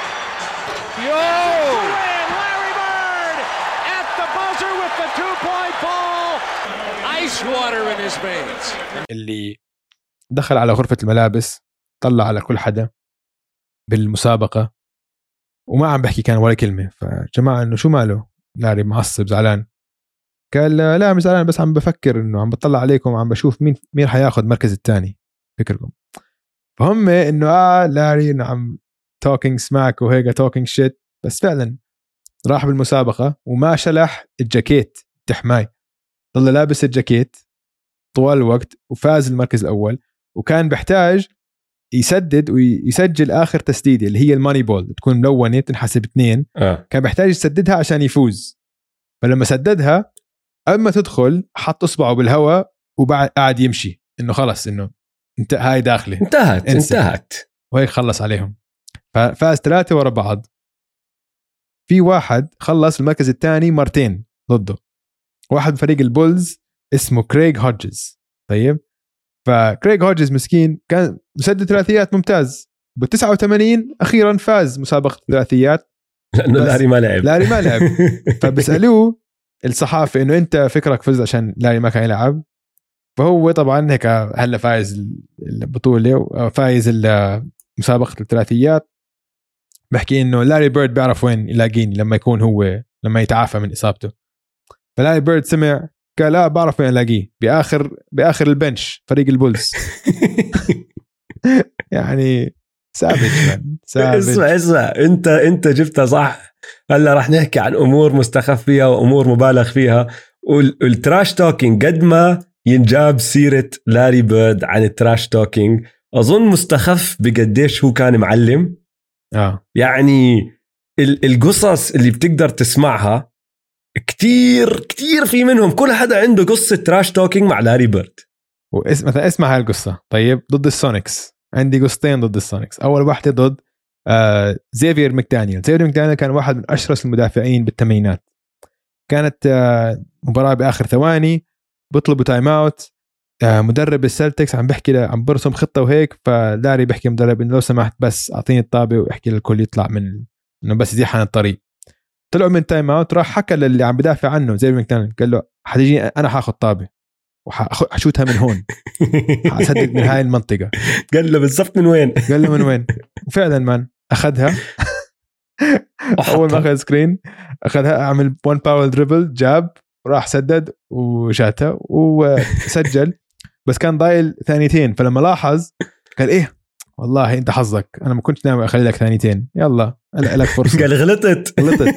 Yo! Larry Bird at the buzzer with the two-point ball. Ice water in his veins. اللي دخل على غرفة الملابس طلع على كل حدا بالمسابقة وما عم بحكي كان ولا كلمة. فجماعة إنه شو ماله لاري معصب زعلان. قال لا مش زعلان بس عم بفكر إنه عم بطلع عليكم وعم بشوف مين مين حياخد مركز الثاني فكركم. فهم إنه آه لاري إنه عم talking smack وهيك talking shit. بس فعلا راح بالمسابقة وما شلح الجاكيت تحماي. ضل لابس الجاكيت طوال الوقت وفاز المركز الأول. وكان بحتاج يسدد ويسجل آخر تسديدة اللي هي الماني بول بتكون ملونة تنحسب اثنين. آه. كان بحتاج يسددها عشان يفوز. فلما سددها قبل ما تدخل حط إصبعه بالهواء وبعد قاعد يمشي إنه خلص إنه انت هاي داخله انتهت انسى. انتهت وهيك خلص عليهم. ففاز ثلاثة ورا بعض. في واحد خلص المركز الثاني مرتين ضده. واحد بفريق البولز اسمه كريغ هودجز. طيب فكريغ هودجز مسكين كان مسدد ثلاثيات ممتاز. بالتسعة وثمانين أخيرا فاز مسابقة ثلاثيات لأنه لاري ما لعب. لاري ما لعب. فبسألوه الصحافة إنه أنت فكرك فز عشان لاري ما كان يلعب. فهو طبعا هيك هلا فايز البطولة وفايز مسابقة الثلاثيات. بحكي إنه لاري بيرد بيعرف وين يلاقيني لما يكون هو لما يتعافى من إصابته. فلاري بيرد سمع قال لا بعرف وين ألاقيه بآخر بآخر البنش فريق البولز. يعني سابج سابج. اسمع اسمع انت انت جبتها صح. هلا رح نحكي عن امور مستخف فيها وامور مبالغ فيها. والتراش توكينج قد ما ينجاب سيرة لاري بيرد عن التراش توكينج اظن مستخف بقديش هو كان معلم. اه يعني القصص اللي بتقدر تسمعها كتير كتير في منهم كل حدا عنده قصة تراش توكينج مع لاري بيرد. واسم مثلا اسمع هاي القصة. طيب ضد السونيكس عندي قصتين ضد السونيكس. أول واحدة ضد آه زيفير مكدانيال. زيفير مكدانيال كان واحد من أشرس المدافعين بالثمانينات. كانت آه مباراة بآخر ثواني بطلبوا تايم اوت. آه مدرب السلتكس عم بحكي له عم برسم خطة وهيك. فلاري بحكي مدرب إنه لو سمحت بس أعطيني الطابة وإحكي للكل يطلع من إنه بس يزيح عن الطريق. طلعوا من تايم اوت. راح حكى للي عم بدافع عنه زيفير مكدانيال قال له حتيجي أنا حاخذ طابة وحشوتها من هون حسدد من هاي المنطقة. قال له بالضبط من وين؟ قال له من وين. وفعلا من أخذها. أول ما أخذ سكرين أخذها أعمل one power dribble جاب وراح سدد وشاتها وسجل. بس كان ضايل ثانيتين. فلما لاحظ قال إيه والله أنت حظك أنا ما كنت ناوي أخلي لك ثانيتين يلا لك فرصة. قال غلطت غلطت.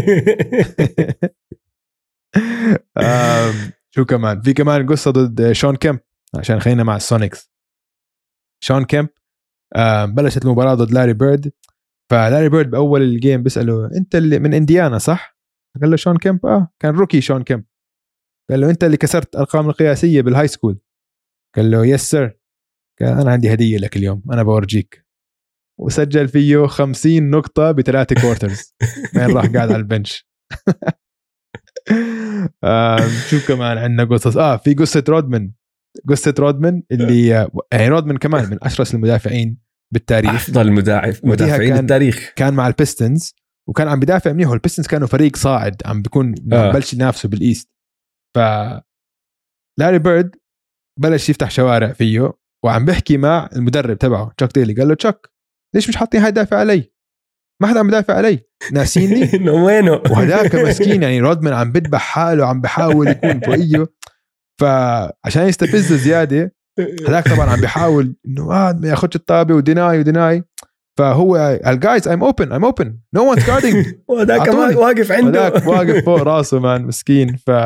شو كمان في كمان قصة ضد شون كيمب عشان خلينا مع السونيكس. شون كيمب بلشت المباراة ضد لاري بيرد. فلاري بيرد بأول الجيم بيسأله أنت اللي من إنديانا صح؟ قال له شون كيمب آه كان روكي شون كيمب. قال له أنت اللي كسرت أرقام القياسية بالهاي سكول. قال له يس سير. قال أنا عندي هدية لك اليوم أنا بورجيك. وسجل فيه خمسين نقطة بثلاثة كوارترز. وين راح قاعد على البنش. آه شو كمان عندنا قصص. آه في قصة رودمان قصه رودمان اللي يعني رودمان كمان من اشرس المدافعين بالتاريخ، افضل مدافع مدافعين بالتاريخ، كان مع البيستنز وكان عم بدافع منيح، والبيستنز كانوا فريق صاعد عم بيكون آه. عم بلش ينافسوا بالايست. ف لاري بيرد بلش يفتح شوارع فيه وعم بحكي مع المدرب تبعه تشاك ديلي، قال له تشاك ليش مش حاطين هاي دافع علي؟ ما حدا عم بدافع علي، ناسيني انه وينه. وهداك مسكين يعني رودمان عم بدبح حاله، عم بحاول يكون فوقيه، فعشان يستفز زياده هداك طبعا عم بيحاول انه اه ما ياخذش الطابه وديناي وديناي. فهو الجايز I'm open I'm open no one's guarding وهداك واقف عنده، هداك واقف فوق راسه مان مسكين. ف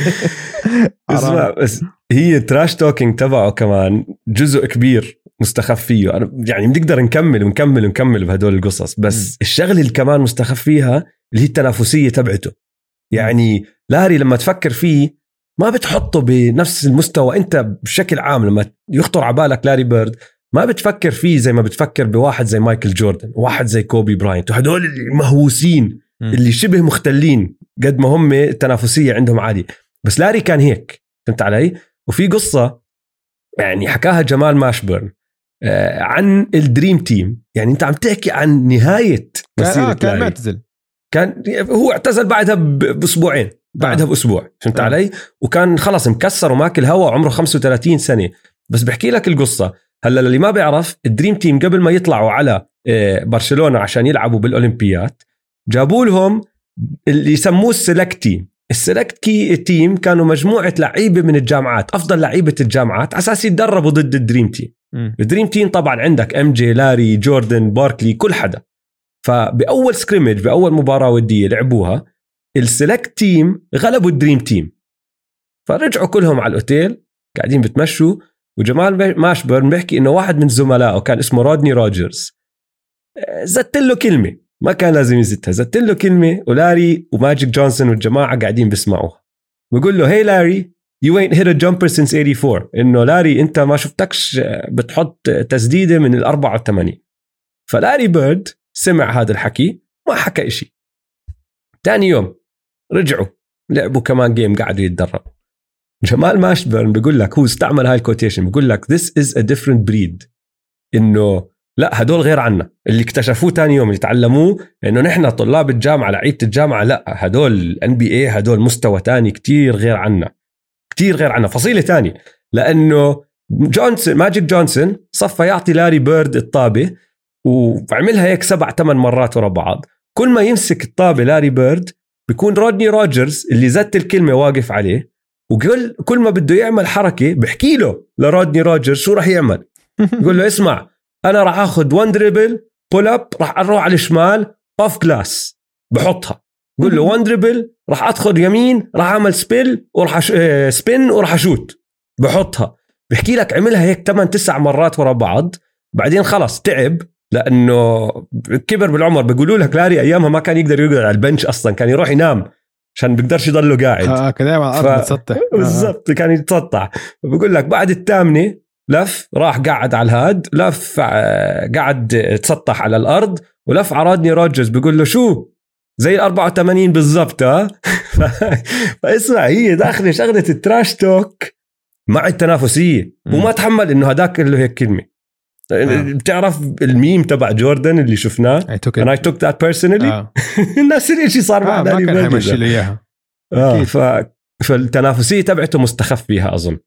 اسمع بس هي تراش توكينج تبعه كمان جزء كبير مستخف فيه. أنا يعني بنقدر نكمل ونكمل ونكمل بهدول القصص، بس م. الشغله اللي كمان مستخف فيها اللي هي التنافسيه تبعته. يعني لاري لما تفكر فيه ما بتحطه بنفس المستوى انت بشكل عام. لما يخطر على بالك لاري بيرد ما بتفكر فيه زي ما بتفكر بواحد زي مايكل جوردن، واحد زي كوبي براينت، وهدول المهووسين اللي شبه مختلين قد ما هم التنافسيه عندهم عاليه. بس لاري كان هيك، فهمت علي؟ وفي قصه يعني حكاها جمال ماشبرن آه عن الدريم تيم. يعني انت عم تحكي عن نهايه مسيره. كان, كان معتزل، كان هو اعتزل بعدها باسبوعين، بعدها باسبوع، فهمت علي؟ وكان خلص مكسر وماكل هوا، عمره خمسة وثلاثين سنه. بس بحكي لك القصه هلا اللي ما بيعرف، الدريم تيم قبل ما يطلعوا على برشلونه عشان يلعبوا بالاولمبيات جابوا لهم اللي يسموه السلكت تيم. السلكت كي تيم كانوا مجموعه لعيبه من الجامعات، افضل لعيبه الجامعات، على اساس يتدربوا ضد الدريم تيم. م. الدريم تيم طبعا عندك ام جي، لاري، جوردن، باركلي، كل حدا. فباول سكريمج، باول مباراه وديه لعبوها، السلكت تيم غلبوا الدريم تيم. فرجعوا كلهم على الاوتيل قاعدين بتمشوا، وجمال ماشبرن بيحكي انه واحد من زملائه كان اسمه رودني روجرز زدت له كلمه ما كان لازم يزتها، زدت له كلمه، ولاري وماجيك جونسون والجماعه قاعدين بيسمعوها. بيقول له هي لاري you ain't hit a jumper since eighty-four، انه لاري انت ما شفتكش بتحط تسديده من الأربعة وثمانين. فلاري بيرد سمع هذا الحكي ما حكى إشي. تاني يوم رجعوا لعبوا كمان جيم، قاعدوا يتدربوا. جمال ماشبرن بيقول لك، هو استعمل هاي الكوتيشن، بيقول لك this is a different breed، إنه لا هدول غير عنا. اللي اكتشفوه تاني يوم اللي تعلموه إنه نحن طلاب الجامعة، لعيبة الجامعة، لا هدول إن بي إيه، هدول مستوى تاني كتير غير عنا، كتير غير عنا، فصيلة تانية. لأنه جونسون، ماجيك جونسون صفى يعطي لاري بيرد الطابة وعملها هيك سبع ثمان مرات ورا بعض. كل ما يمسك الطابة لاري بيرد بيكون رودني روجرز اللي زدت الكلمة واقف عليه، وكل كل ما بده يعمل حركة بحكي له لرودني روجرز شو راح يعمل. يقول له اسمع أنا راح أخذ وان دريبل بول أب، راح أروح على الشمال أوف جلاس بحطها. يقول له وان دريبل راح أدخل يمين، راح أعمل سبيل وراح أش... سبين وراح أشوت بحطها. بحكي لك عملها هيك ثمان تسع مرات ورا بعض. بعدين خلص تعب لأنه كبر بالعمر. بيقولوا لك لاري أيامها ما كان يقدر يقعد على البنش أصلا، كان يروح ينام عشان بيقدرش يضله قاعد. اه كان على الأرض يتسطح. بالضبط كان يتسطح. بقول لك بعد الثامنة لف راح قاعد على الهاد، لف قاعد تسطح على الأرض، ولف عرضني روجرز بيقول له شو زي الأربعة وثمانين بالضبط. ها فاسمع، هي داخله شغلة التراش توك مع التنافسية، وما تحمل إنه هداك له هيك كلمة. آه. بتعرف الميم تبع جوردن اللي شفناه I took, And I took that personally آه. الناس الاشي صار مع داري بيرد، ما كان حيمشي لي إياها. آه. ف... فالتنافسية تبعته مستخف فيها أظن.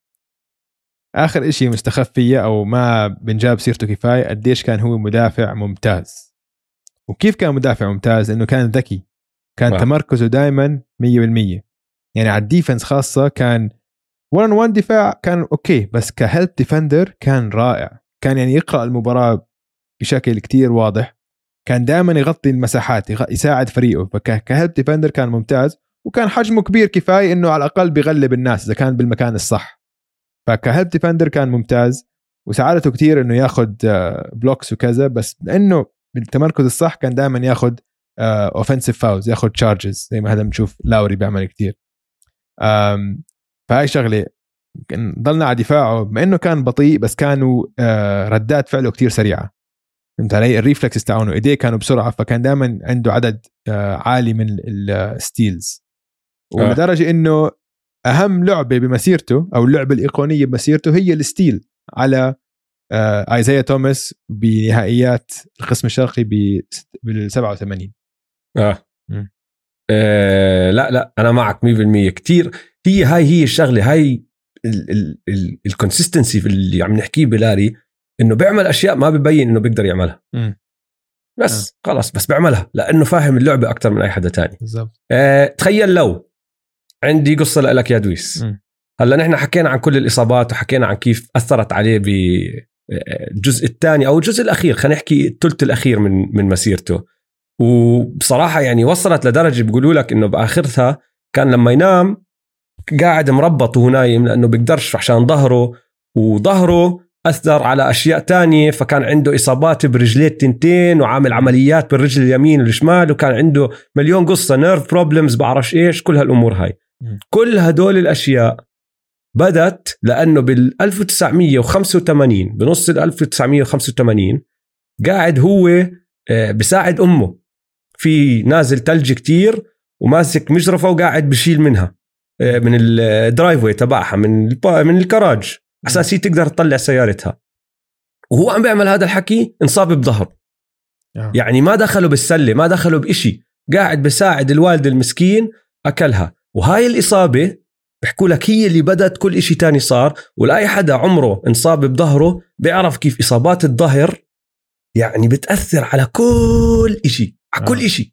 آخر إشي مستخف فيه أو ما بنجاب سيرته كفاية قديش كان هو مدافع ممتاز. وكيف كان مدافع ممتاز؟ إنه كان ذكي، كان آه. تمركزه دايما مية بالمية. يعني على الديفنس خاصة كان وان وان دفاع كان أوكي، بس كهيلب ديفندر كان رائع. كان يعني يقرأ المباراة بشكل كتير واضح، كان دائما يغطي المساحات، يساعد فريقه. فكهيلب ديفندر كان ممتاز، وكان حجمه كبير كفاية إنه على الأقل بيغلب الناس إذا كان بالمكان الصح. فكهيلب ديفندر كان ممتاز، وساعدته كتير إنه ياخد بلوكس وكذا، بس لأنه بالتمركز الصح كان دائما ياخد اوفنسيف فاولز، ياخد تشارجز زي ما هذا بنشوف لاوري بيعمل كتير. فهاي شغلة ضلنا على دفاعه، بما انه كان بطيء بس كانوا ردات فعله كتير سريعه. فهمت علي؟ الريفلكس تاعونه ايديه كانوا بسرعه، فكان دائما عنده عدد عالي من الستيلز، ولدرجه انه اهم لعبه بمسيرته او اللعبه الايقونيه بمسيرته هي الستيل على آه ايزايا توماس بنهائيات القسم الشرقي بال سبعة وثمانين. اه. آه لا لا انا معك مية بالمية كتير. هي هاي هي الشغله، هاي الكونسيستنسي في اللي عم نحكيه بلاري، انه بيعمل اشياء ما ببين انه بيقدر يعملها. م. بس آه. خلاص بس بيعملها لانه فاهم اللعبه اكتر من اي حدا تاني. بالضبط. آه تخيل لو عندي قصه لك يا دويس. م. هلا نحن حكينا عن كل الاصابات وحكينا عن كيف اثرت عليه بالجزء الثاني او الجزء الاخير، خلينا نحكي الثلث الاخير من من مسيرته. وبصراحه يعني وصلت لدرجه بيقولوا لك انه باخرتها كان لما ينام قاعد مربط وهو نايم لانه بيقدرش عشان ظهره، وظهره اثر على اشياء تانية، فكان عنده اصابات برجليه التنتين وعامل عمليات بالرجل اليمين والشمال، وكان عنده مليون قصه نيرف بروبلمز بعرفش ايش كل هالامور هاي. م. كل هدول الاشياء بدت لانه بال ألف وتسعمية وخمسة وثمانين بنص ال ألف وتسعمية وخمسة وثمانين قاعد هو بساعد امه في نازل تلج كتير وماسك مجرفه وقاعد بشيل منها من الدرايفوي تبعها من من الكراج اساسي تقدر تطلع سيارتها، وهو عم بيعمل هذا الحكي انصاب بظهره. آه. يعني ما دخلوا بالسله ما دخلوا بإشي، قاعد بساعد الوالد المسكين أكلها. وهاي الإصابة بحكوا لك هي اللي بدت كل إشي تاني صار. ولاي حدا عمره انصاب بظهره بيعرف كيف إصابات الظهر يعني بتأثر على كل إشي على كل إشي.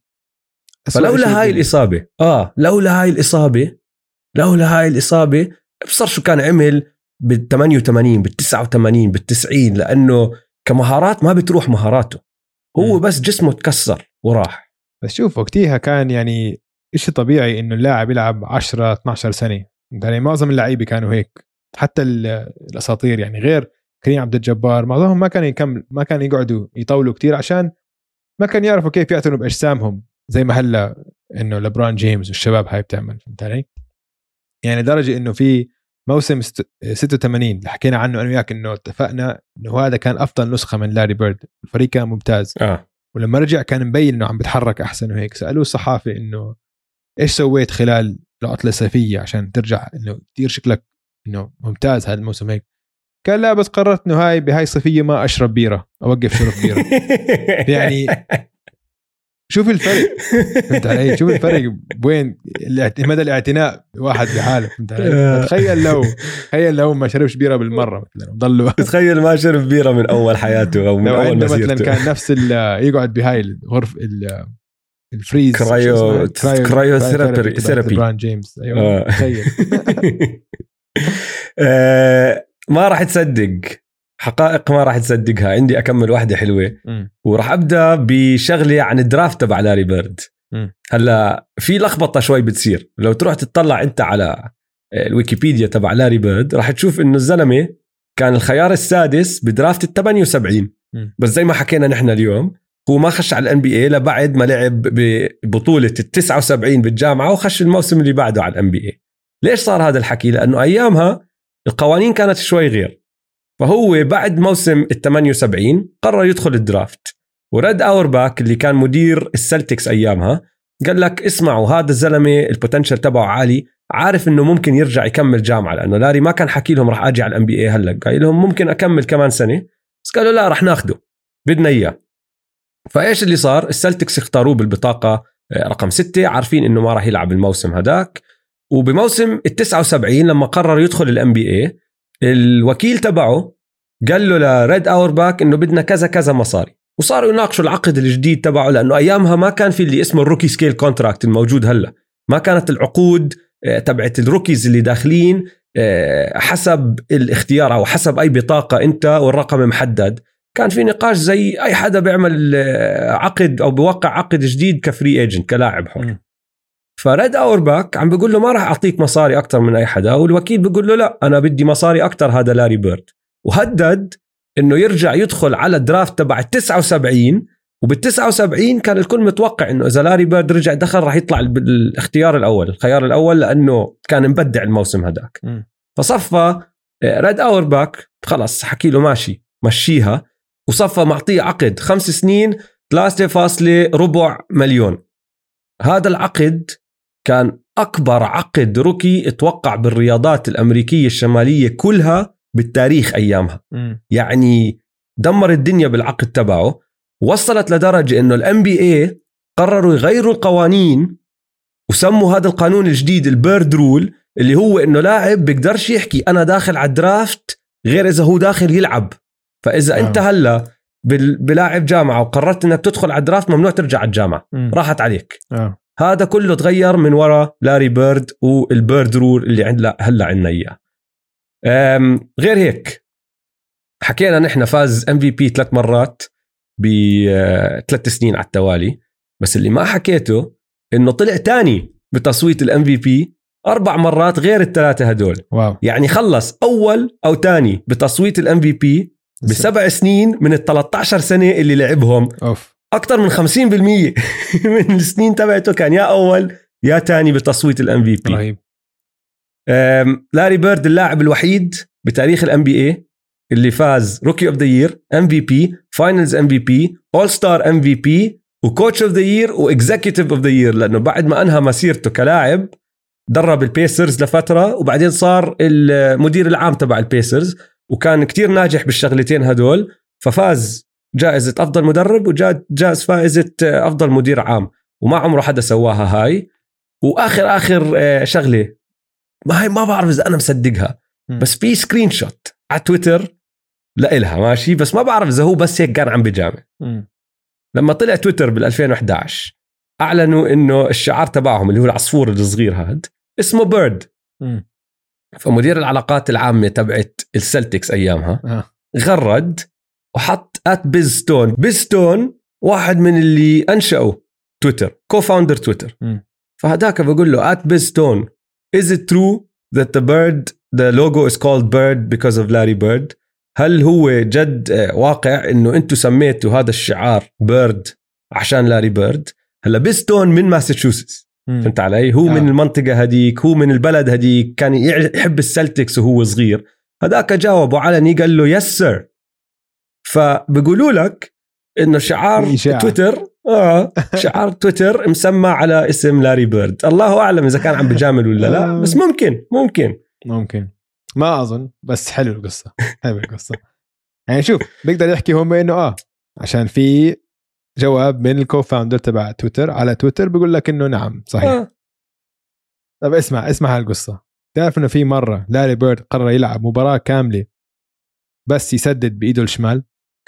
فلولا هاي الإصابة آه لولا هاي الإصابة لولا هاي الإصابة بصر شو كان عمل بالثمانية وثمانين بالتسعة وثمانين بالتسعين، لأنه كمهارات ما بتروح مهاراته، هو بس جسمه تكسر وراح. بس شوف وقتها كان يعني إشي طبيعي إنه اللاعب يلعب عشرة اثنا عشر سنة، يعني معظم اللعيبة كانوا هيك، حتى الأساطير يعني غير كريم عبد الجبار معظمهم ما كانوا يكمل ما كانوا يقعدوا يطولوا كتير عشان ما كانوا يعرفوا كيف يعتنوا بأجسامهم زي ما هلا إنه لبران جيمس والشباب هاي بتعمل. فهمت علي؟ يعني درجة إنه في موسم ستة وثمانين اللي حكينا عنه أنا وياك إنه اتفقنا إنه هذا كان أفضل نسخة من لاري بيرد، الفريق كان ممتاز. آه. ولما رجع كان مبين إنه عم بتحرك أحسن، وهيك سألوه الصحافة إنه إيش سويت خلال العطلة الصيفية عشان ترجع إنه كتير شكلك إنه ممتاز هذا الموسم هيك. قال لا بس قررت إنه هاي بهاي الصيفية ما أشرب بيرة، أوقف شرب بيرة. يعني شوف الفرق. فهمت علي؟ شوف الفرق وين مدى الاعتناء واحد بحاله. فهمت علي؟ تخيل لو تخيل لو ما شربش بيرة بالمرة مثلا ضل تخيل ما شرب بيرة من أول حياته أو من أول مسيرته. مثلا كان نفس يقعد بهاي الغرف الفريز كرايو كرايو ثيرابي ثيرابي بران جيمس. أيوة تخيل. ما راح تصدق حقائق ما راح تصدقها. عندي أكمل واحدة حلوة م. وراح أبدأ بشغلة عن الدرافت تبع لاري بيرد. م. هلا في لخبطة شوي بتصير لو تروح تطلع أنت على الويكيبيديا تبع لاري بيرد راح تشوف إنه الزلمة كان الخيار السادس بدرافت الثمانية وسبعين، بس زي ما حكينا نحن اليوم هو ما خش على الان بي اي لبعد ما لعب ببطولة التسعة وسبعين بالجامعة وخش الموسم اللي بعده على الان بي اي. ليش صار هذا الحكي؟ لأنه أيامها القوانين كانت شوي غير، فهو بعد موسم الثمانية وسبعين قرر يدخل الدرافت. ورد أورباك اللي كان مدير السلتكس أيامها قال لك اسمعوا هذا الزلمة البوتنشل تبعه عالي، عارف إنه ممكن يرجع يكمل جامعة، لأنه لاري ما كان حكي لهم رح أجي على الان بي اي هلا، قال لهم ممكن أكمل كمان سنة، بس قالوا لا رح ناخده بدنا إياه. فإيش اللي صار؟ السلتكس اختاروه بالبطاقة رقم ستة، عارفين إنه ما راح يلعب الموسم هداك. وبموسم التسعة وسبعين لما قرر يدخل الان بي اي الوكيل تبعه قال له لريد أورباك إنه بدنا كذا كذا مصاري، وصاروا يناقشوا العقد الجديد تبعه، لأنه أيامها ما كان في اللي اسمه الروكي سكيل كونتراكت الموجود هلا، ما كانت العقود تبعت الروكيز اللي داخلين حسب الاختيار أو حسب أي بطاقة أنت والرقم محدد. كان في نقاش زي أي حدا بيعمل عقد أو بيوقع عقد جديد كفري ايجنت كلاعب حر. فريد أورباك عم بيقول له ما راح أعطيك مصاري أكتر من أي حدا، والوكيل بيقول له لا أنا بدي مصاري أكتر، هذا لاري بيرد. وهدد إنه يرجع يدخل على الدرافت تبع التسعة وسبعين، وبالتسعة وسبعين كان الكل متوقع إنه إذا لاري بيرد رجع دخل راح يطلع بالاختيار الأول الخيار الأول، لأنه كان مبدع الموسم هداك. م. فصفى ريد أورباك خلص حكي له ماشي مشيها، وصفى معطيه عقد خمس سنين ثلاثة فاصلة ربع مليون. هذا العقد كان أكبر عقد روكي اتوقع بالرياضات الأمريكية الشمالية كلها بالتاريخ أيامها. م. يعني دمر الدنيا بالعقد تبعه. وصلت لدرجة إنه الام بي اي قرروا يغيروا القوانين وسموا هذا القانون الجديد البيرد رول، اللي هو إنه لاعب بيقدرش يحكي أنا داخل على الدرافت غير إذا هو داخل يلعب. فإذا آه. أنت هلا بلاعب جامعة وقررت إنك تدخل على الدرافت ممنوع ترجع على الجامعة. م. راحت عليك. آه. هذا كله تغير من وراء لاري بيرد والبيرد رول اللي عند هلا عندنا إياه. غير هيك حكينا نحن فاز ام في بي ثلاث مرات بثلاث سنين على التوالي، بس اللي ما حكيته انه طلع تاني بتصويت الام في بي اربع مرات غير الثلاثه هدول. واو. يعني خلص اول او تاني بتصويت الام في بي بسبع سنين من ال ثلاثة عشر سنه اللي لعبهم. أوف. اكثر من خمسين بالمية من السنين تبعته كان يا اول يا تاني بتصويت الام في بي. رهيب. لاري بيرد اللاعب الوحيد بتاريخ الام بي اي اللي فاز روكي اوف ذا يير، ام في بي، فاينلز ام في بي، اول ستار ام في بي، وكوتش اوف ذا يير، واكزيكتيف اوف ذا يير، لانه بعد ما انهى مسيرته كلاعب درب البيسرز لفتره وبعدين صار المدير العام تبع البيسرز وكان كتير ناجح بالشغلتين هدول، ففاز جائزه افضل مدرب وجائزه فائزه افضل مدير عام، وما عمره حدا سواها هاي. واخر اخر شغله ما هي ما بعرف اذا انا مصدقها، بس في سكرين شوت على تويتر لإلها ماشي، بس ما بعرف إذا هو بس هيك كان عم بجامع. لما طلع تويتر بال2011 أعلنوا إنه الشعار تبعهم اللي هو العصفور الصغير هاد اسمه بيرد. فمدير العلاقات العامة تبعت السلتكس أيامها آه. غرد وحط آت بيزستون. بيزستون واحد من اللي أنشأوا تويتر، كو-فاوندر تويتر. فهداك بقول له آت بيزستون is it true that the bird the logo is called bird because of Larry Bird؟ هل هو جد واقع إنه أنتوا سميتوا هذا الشعار بيرد عشان لاري بيرد؟ هلا بيستون من ماساتشوستس، فهمت علي؟ هو آه. من المنطقة هديك، هو من البلد هديك، كان يحب السلتكس وهو صغير. هذاك جاوبوا علني قال له يس سير. فبقولوا لك إنه شعار تويتر آه شعار تويتر مسمى على اسم لاري بيرد. الله أعلم إذا كان عم بجامل ولا لا، بس ممكن ممكن ممكن ما أظن، بس حلو القصة. حلو القصة. يعني شوف بيقدر يحكي هم إنه آه عشان في جواب من الكو-فاوندر تبع تويتر على تويتر بيقول لك إنه نعم صحيح. آه. طب اسمع اسمع هالقصة. تعرف إنه في مرة لاري بيرد قرر يلعب مباراة كاملة بس يسدد بإيده الشمال.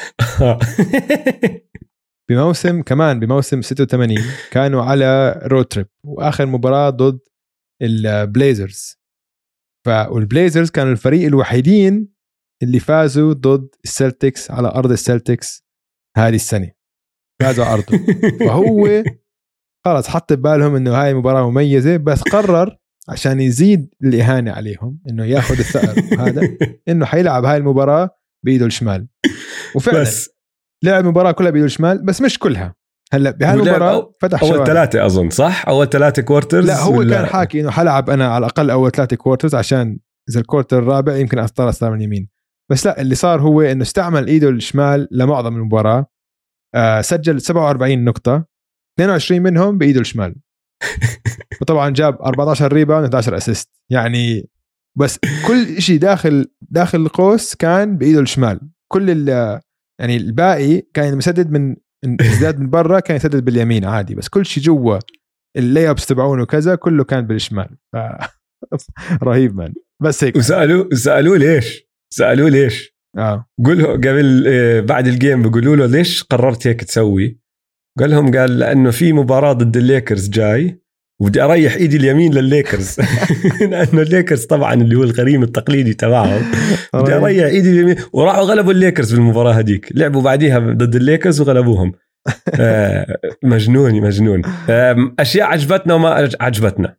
بموسم كمان بموسم ستة وثمانين كانوا على رود تريب، وآخر مباراة ضد البليزرز. فالبليزرز كانوا الفريق الوحيدين اللي فازوا ضد السلتكس على أرض السلتكس هذه السنة، فازوا على أرضه. فهو خلاص حط ببالهم إنه هاي مباراة مميزة، بس قرر عشان يزيد الإهانة عليهم إنه ياخد الثأر هذا إنه حيلعب هاي المباراة بإيده الشمال. وفعلا بس لعب المباراة كلها بإيده الشمال، بس مش كلها. هلا بهالمباراة فتح أول ثلاثة أظن صح؟ أول ثلاثة كوارترز. لا هو كان حاكي إنه حلعب أنا على الأقل أول ثلاثة كوارترز عشان إذا الكوارتر الرابع يمكن أضطر أستلم من اليمين. بس لا، اللي صار هو إنه استعمل إيده الشمال لمعظم المباراة. آه سجل سبعة وأربعين نقطة، اثنين وعشرين منهم بإيده الشمال. وطبعا جاب أربعة عشر ريباوند إحدى عشر أسيست. يعني بس كل شيء داخل داخل القوس كان بإيده الشمال. كل يعني الباقي كان مسدد من ازداد من برا، كان يسدد باليمين عادي، بس كل شيء جوا اللي ابس تبعونه كذا كله كان بالشمال. ف... رهيب مان. بس هيك وسألوه سألوه ليش سألوه ليش اه قوله قبل آه بعد الجيم بيقولوا له ليش قررت هيك تسوي؟ قال لهم قال لأنه في مباراة ضد الليكرز جاي وبدي أريح إيدي اليمين للليكرز. لأنه الليكرز طبعا اللي هو الغريم التقليدي تبعهم، بدي أريح إيدي اليمين. وراحوا غلبوا الليكرز بالمباراة هديك، لعبوا بعديها ضد الليكرز وغلبوهم. آه مجنون مجنون. أشياء عجبتنا وما عجبتنا.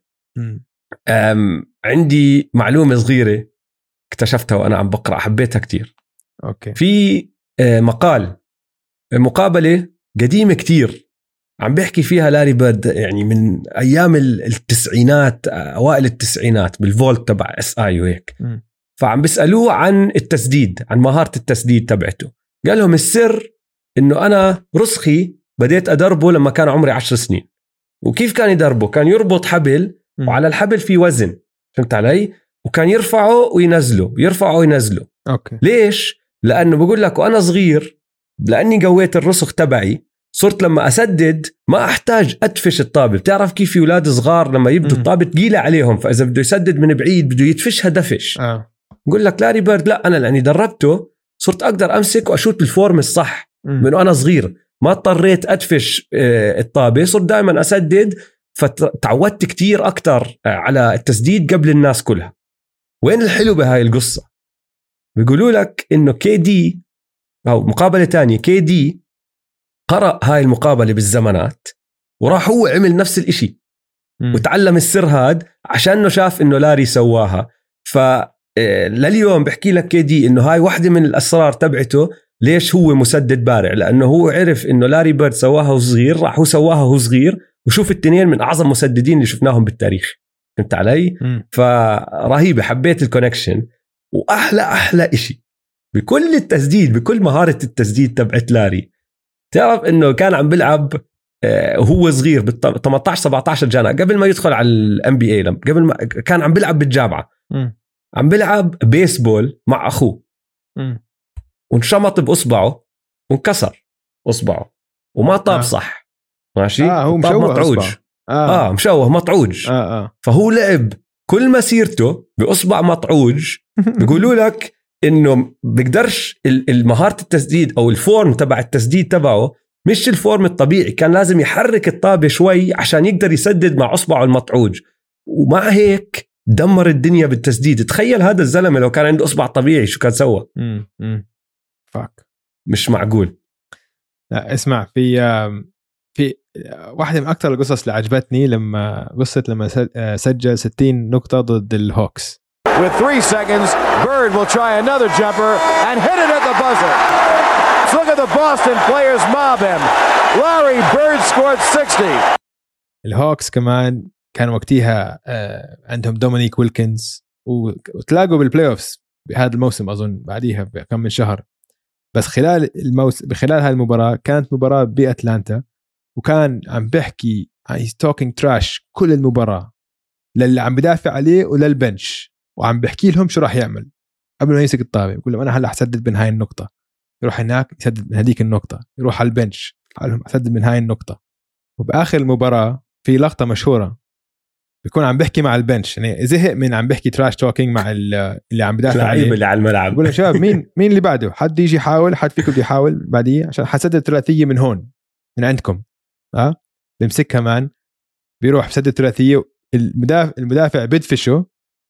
عندي معلومة صغيرة اكتشفتها وأنا عم بقرأ، حبيتها كتير. أوكي. في مقال مقابلة قديمة كتير عم بيحكي فيها لاري بيرد، يعني من أيام التسعينات أوائل التسعينات بالفولت تبع اس اي وهيك. م. فعم بيسألوه عن التسديد، عن مهارة التسديد تبعته. قال لهم السر إنه أنا رسخي بديت أدربه لما كان عمري عشر سنين. وكيف كان يدربه؟ كان يربط حبل وعلى الحبل في وزن، فهمت علي؟ وكان يرفعه وينزله يرفعه وينزله. أوكي. ليش؟ لأنه بقول لك وأنا صغير لأني قويت الرسخ تبعي صرت لما أسدد ما أحتاج أدفش الطابة. بتعرف كيف في أولاد صغار لما يبدو الطابة تقيلة عليهم، فإذا بده يسدد من بعيد بده يدفشها دفش. آه. بقول لك لاري بيرد لا، أنا لأني دربته صرت أقدر أمسك وأشوت الفورم الصح من وأنا صغير، ما اضطريت أدفش الطابة، صرت دائما أسدد، فتعودت كتير أكتر على التسديد قبل الناس كلها. وين الحلو بهاي القصة؟ بيقولوا لك إنه كي دي أو مقابلة تانية كي دي قرأ هاي المقابلة بالزمانات وراح هو عمل نفس الاشي م. وتعلم السر هاد عشانه شاف إنه لاري سواها. فلليوم بحكي لك كي دي إنه هاي واحدة من الأسرار تبعته ليش هو مسدد بارع، لأنه هو عرف إنه لاري بيرد سواها وهو صغير، راح هو سواها وهو صغير، وشوف التنين من أعظم مسددين اللي شفناهم بالتاريخ. فهمت علي؟ م. فرهيبة، حبيت الكونكشن. وأحلى أحلى إشي بكل التسديد، بكل مهارة التسديد تبعت لاري، تعرف إنه كان عم بلعب وهو صغير بال ثمانية عشر سبعة عشر جانا قبل ما يدخل على الام بي اي، قبل ما كان عم بلعب بالجامعة م. عم بلعب بيسبول مع أخوه م. وانشمط بأصبعه وانكسر أصبعه وما طاب آه. صح ماشي آه هو مشوه مطعوج آه. آه مشوه مطعوج آه آه. فهو لعب كل مسيرته بأصبع مطعوج. بيقولوا لك إنه بقدرش المهارة التسديد أو الفورم تبع التسديد تبعه مش الفورم الطبيعي، كان لازم يحرك الطابة شوي عشان يقدر يسدد مع أصبعه المطعوج، ومع هيك دمر الدنيا بالتسديد. تخيل هذا الزلمة لو كان عنده أصبع طبيعي شو كان سوى. فاك مش معقول. لا اسمع، في في واحدة من أكثر القصص اللي عجبتني لما قصة لما سجل ستين نقطة ضد الهوكس. With three seconds, Bird will try another jumper and hit it at the buzzer. Look at the Boston players mob him. Larry Bird scored sixty. الهوكس كمان كان وقتها عندهم دومينيك ويلكنز وتلاقوا بالبلاي أوفس بهذا الموسم أظن بعديها بكم من شهر. بس خلال الموسم بخلال هاي المباراة كانت مباراة بأتلانتا، وكان عم بحكي he's talking trash كل المباراة للي عم بدافع عليه وللبنش، وعم بحكي لهم شو راح يعمل قبل ما يمسك الطابة. يقول لهم أنا هلا حسدد من هاي النقطة، يروح هناك يسدد من هذيك النقطة، يروح على البنش قال لهم أسدد من هاي النقطة. وبآخر المباراة في لقطة مشهورة بيكون عم بحكي مع البنش، يعني زهق من عم بحكي تراش توكينج مع اللي عم بدافع عليه اللي على الملعب. يقول لهم شباب مين مين اللي بعده، حد يجي يحاول، حد فيكم بده يحاول بعديه عشان حسدد ثلاثية من هون من عندكم. اه بمسك كمان بيروح بسدد ثلاثية، المدافع المدافع بدفشه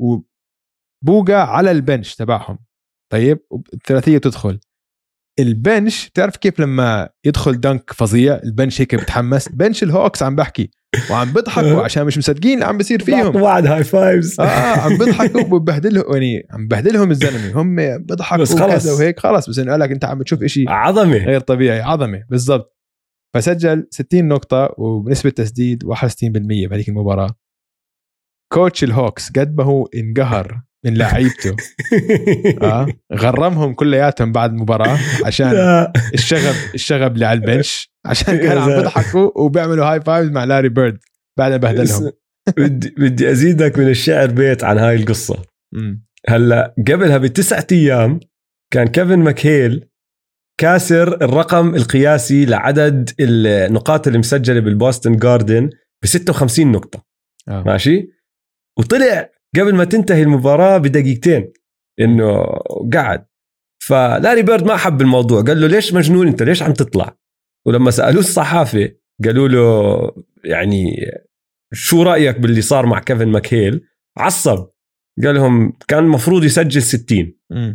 وبوقع على البنش تبعهم. طيب الثلاثية بتدخل البنش، تعرف كيف لما يدخل دنك فظيع البنش هيك بتحمس. بنش الهوكس عم بحكي وعم بضحكوا عشان مش مصدقين اللي عم بيصير فيهم، بعد هاي فايفز اه عم بضحكوا وببهدلهم، يعني عم ببهدلهم الزلمه، هم بضحكوا وكذا وهيك خلاص، بس انه قال لك انت عم تشوف إشي عظمه غير طبيعي، عظمه بالضبط. فسجل ستين نقطه وبنسبه تسديد واحد وستين بالمية بهذيك المباراه. كوتش الهوكس قد ما هو انقهر من لاعيبته اه غرمهم كلياتهم بعد المباراه عشان الشغب الشغب اللي على البنش، عشان كانوا عم بيضحكوا وبيعملوا هاي فايف مع لاري بيرد بعد ما بهدلهم. بدي بدي ازيدك من الشعر بيت عن هاي القصه. م. هلا قبلها بتسعة ايام كان كيفن ماكهيل كاسر الرقم القياسي لعدد النقاط اللي مسجله بالبوستن جاردن ب ستة وخمسين نقطه. آه. ماشي، وطلع قبل ما تنتهي المباراة بدقيقتين إنه قعد. فلاري بيرد ما حب الموضوع، قال له ليش مجنون أنت، ليش عم تطلع؟ ولما سألوه الصحافة قالوا له يعني شو رأيك باللي صار مع كيفن ماكهيل، عصب، قال لهم كان مفروض يسجل ستين. م.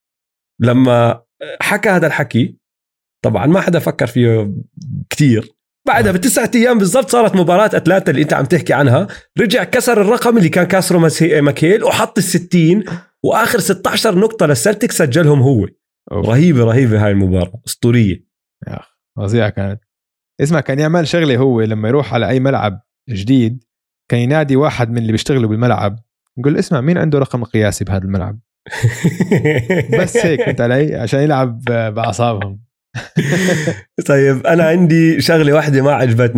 لما حكى هذا الحكي طبعا ما حدا فكر فيه كتير. بعدها بتسعة أيام بالضبط صارت مباراة أتلانتا اللي أنت عم تحكي عنها، رجع كسر الرقم اللي كان كاسره ماكهيل وحط الستين، وآخر ستة عشر نقطة للسلتيك سجلهم هو. أوه. رهيبة رهيبة هاي المباراة، أسطورية يا أخ، فظيعة كانت. اسمع، كان يعمل شغلة هو لما يروح على أي ملعب جديد كان ينادي واحد من اللي بيشتغلوا بالملعب يقول اسمع مين عنده رقم قياسي بهذا الملعب بس هيك كنت علي عشان يلعب بأعصابهم. طيب أنا عندي شغلة واحدة ما عجبتني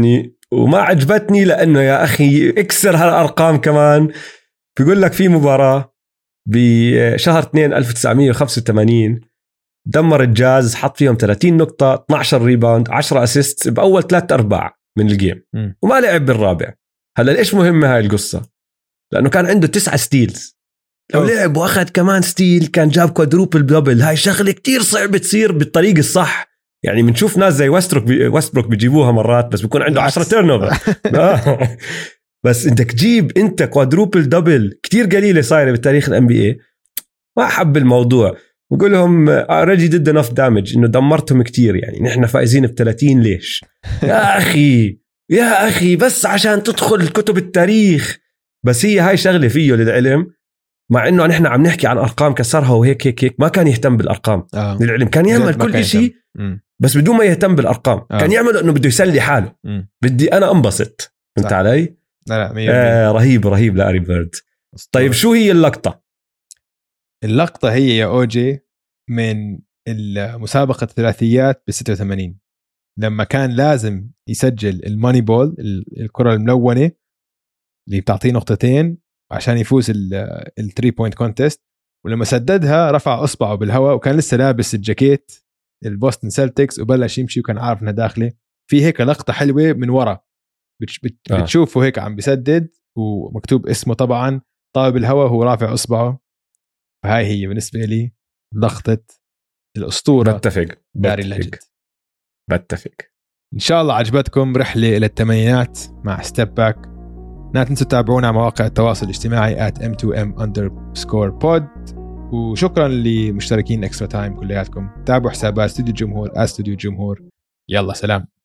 وما عجبتني لأنه يا أخي اكسر هالأرقام كمان. بيقول لك في مباراة بشهر اثنين ألف وتسعمية وخمسة وثمانين دمر الجاز، حط فيهم ثلاثين نقطة، اثنا عشر ريباوند، عشرة أسيست بأول ثلاث أرباع من الجيم م. وما لعب بالرابع. هلا ليش مهمة هاي القصة؟ لأنه كان عنده تسعة ستيلز، لو أوه. لعب وأخذ كمان ستيل كان جاب كوادروبل دبل. هاي شغلة كتير صعبة تصير بالطريق الصح. يعني بنشوف ناس زي ويستبروك بي... ويستبروك بيجيبوها مرات بس بيكون عنده عشرة تيرنوفر بس انك تجيب انت كوادروبل دبل كتير قليلة صايرة بتاريخ الان بي اي. ما أحب الموضوع. بقول لهم already did enough damage إنه دمرتهم كتير. يعني نحن فائزين بثلاثين ليش يا أخي يا أخي بس عشان تدخل كتب التاريخ. بس هي هاي شغلة فيه للعلم، مع إنه نحن عم نحكي عن أرقام كسرها وهيك هيك هيك ما كان يهتم بالأرقام. آه. للعلم كان يعمل كل شيء بس بدون ما يهتم بالأرقام. آه. كان يعمل إنه بده يسلي حاله. م. بدي أنا أنبسط. فهمت علي؟ لا لا آه رهيب رهيب لاري بيرد. طيب شو هي اللقطة؟ اللقطة هي يا أوجي من المسابقة الثلاثيات بالستة وثمانين لما كان لازم يسجل الماني بول الكرة الملونة اللي بتعطيه نقطتين عشان يفوز الثري بوينت كونتست، ولما سددها رفع أصبعه بالهواء وكان لسه لابس الجاكيت البوستن سيلتكس وبلش يمشي وكان عارف انها داخله. في هيك لقطة حلوة من ورا بتشوفه هيك عم بيسدد ومكتوب اسمه طبعا طاير بالهواء هو رافع أصبعه. فهاي هي بالنسبة لي لقطة الأسطورة. بتفق داري الليجند. بتفق. إن شاء الله عجبتكم رحلة إلى الثمانينات مع ستيب باك. لا تنسوا تتابعونا على مواقع التواصل الاجتماعي at ام تو ام underscore pod. وشكرا لمشتركين اكسترا تايم كلياتكم. تابعوا حسابات استوديو الجمهور @استوديو الجمهور. يلا سلام.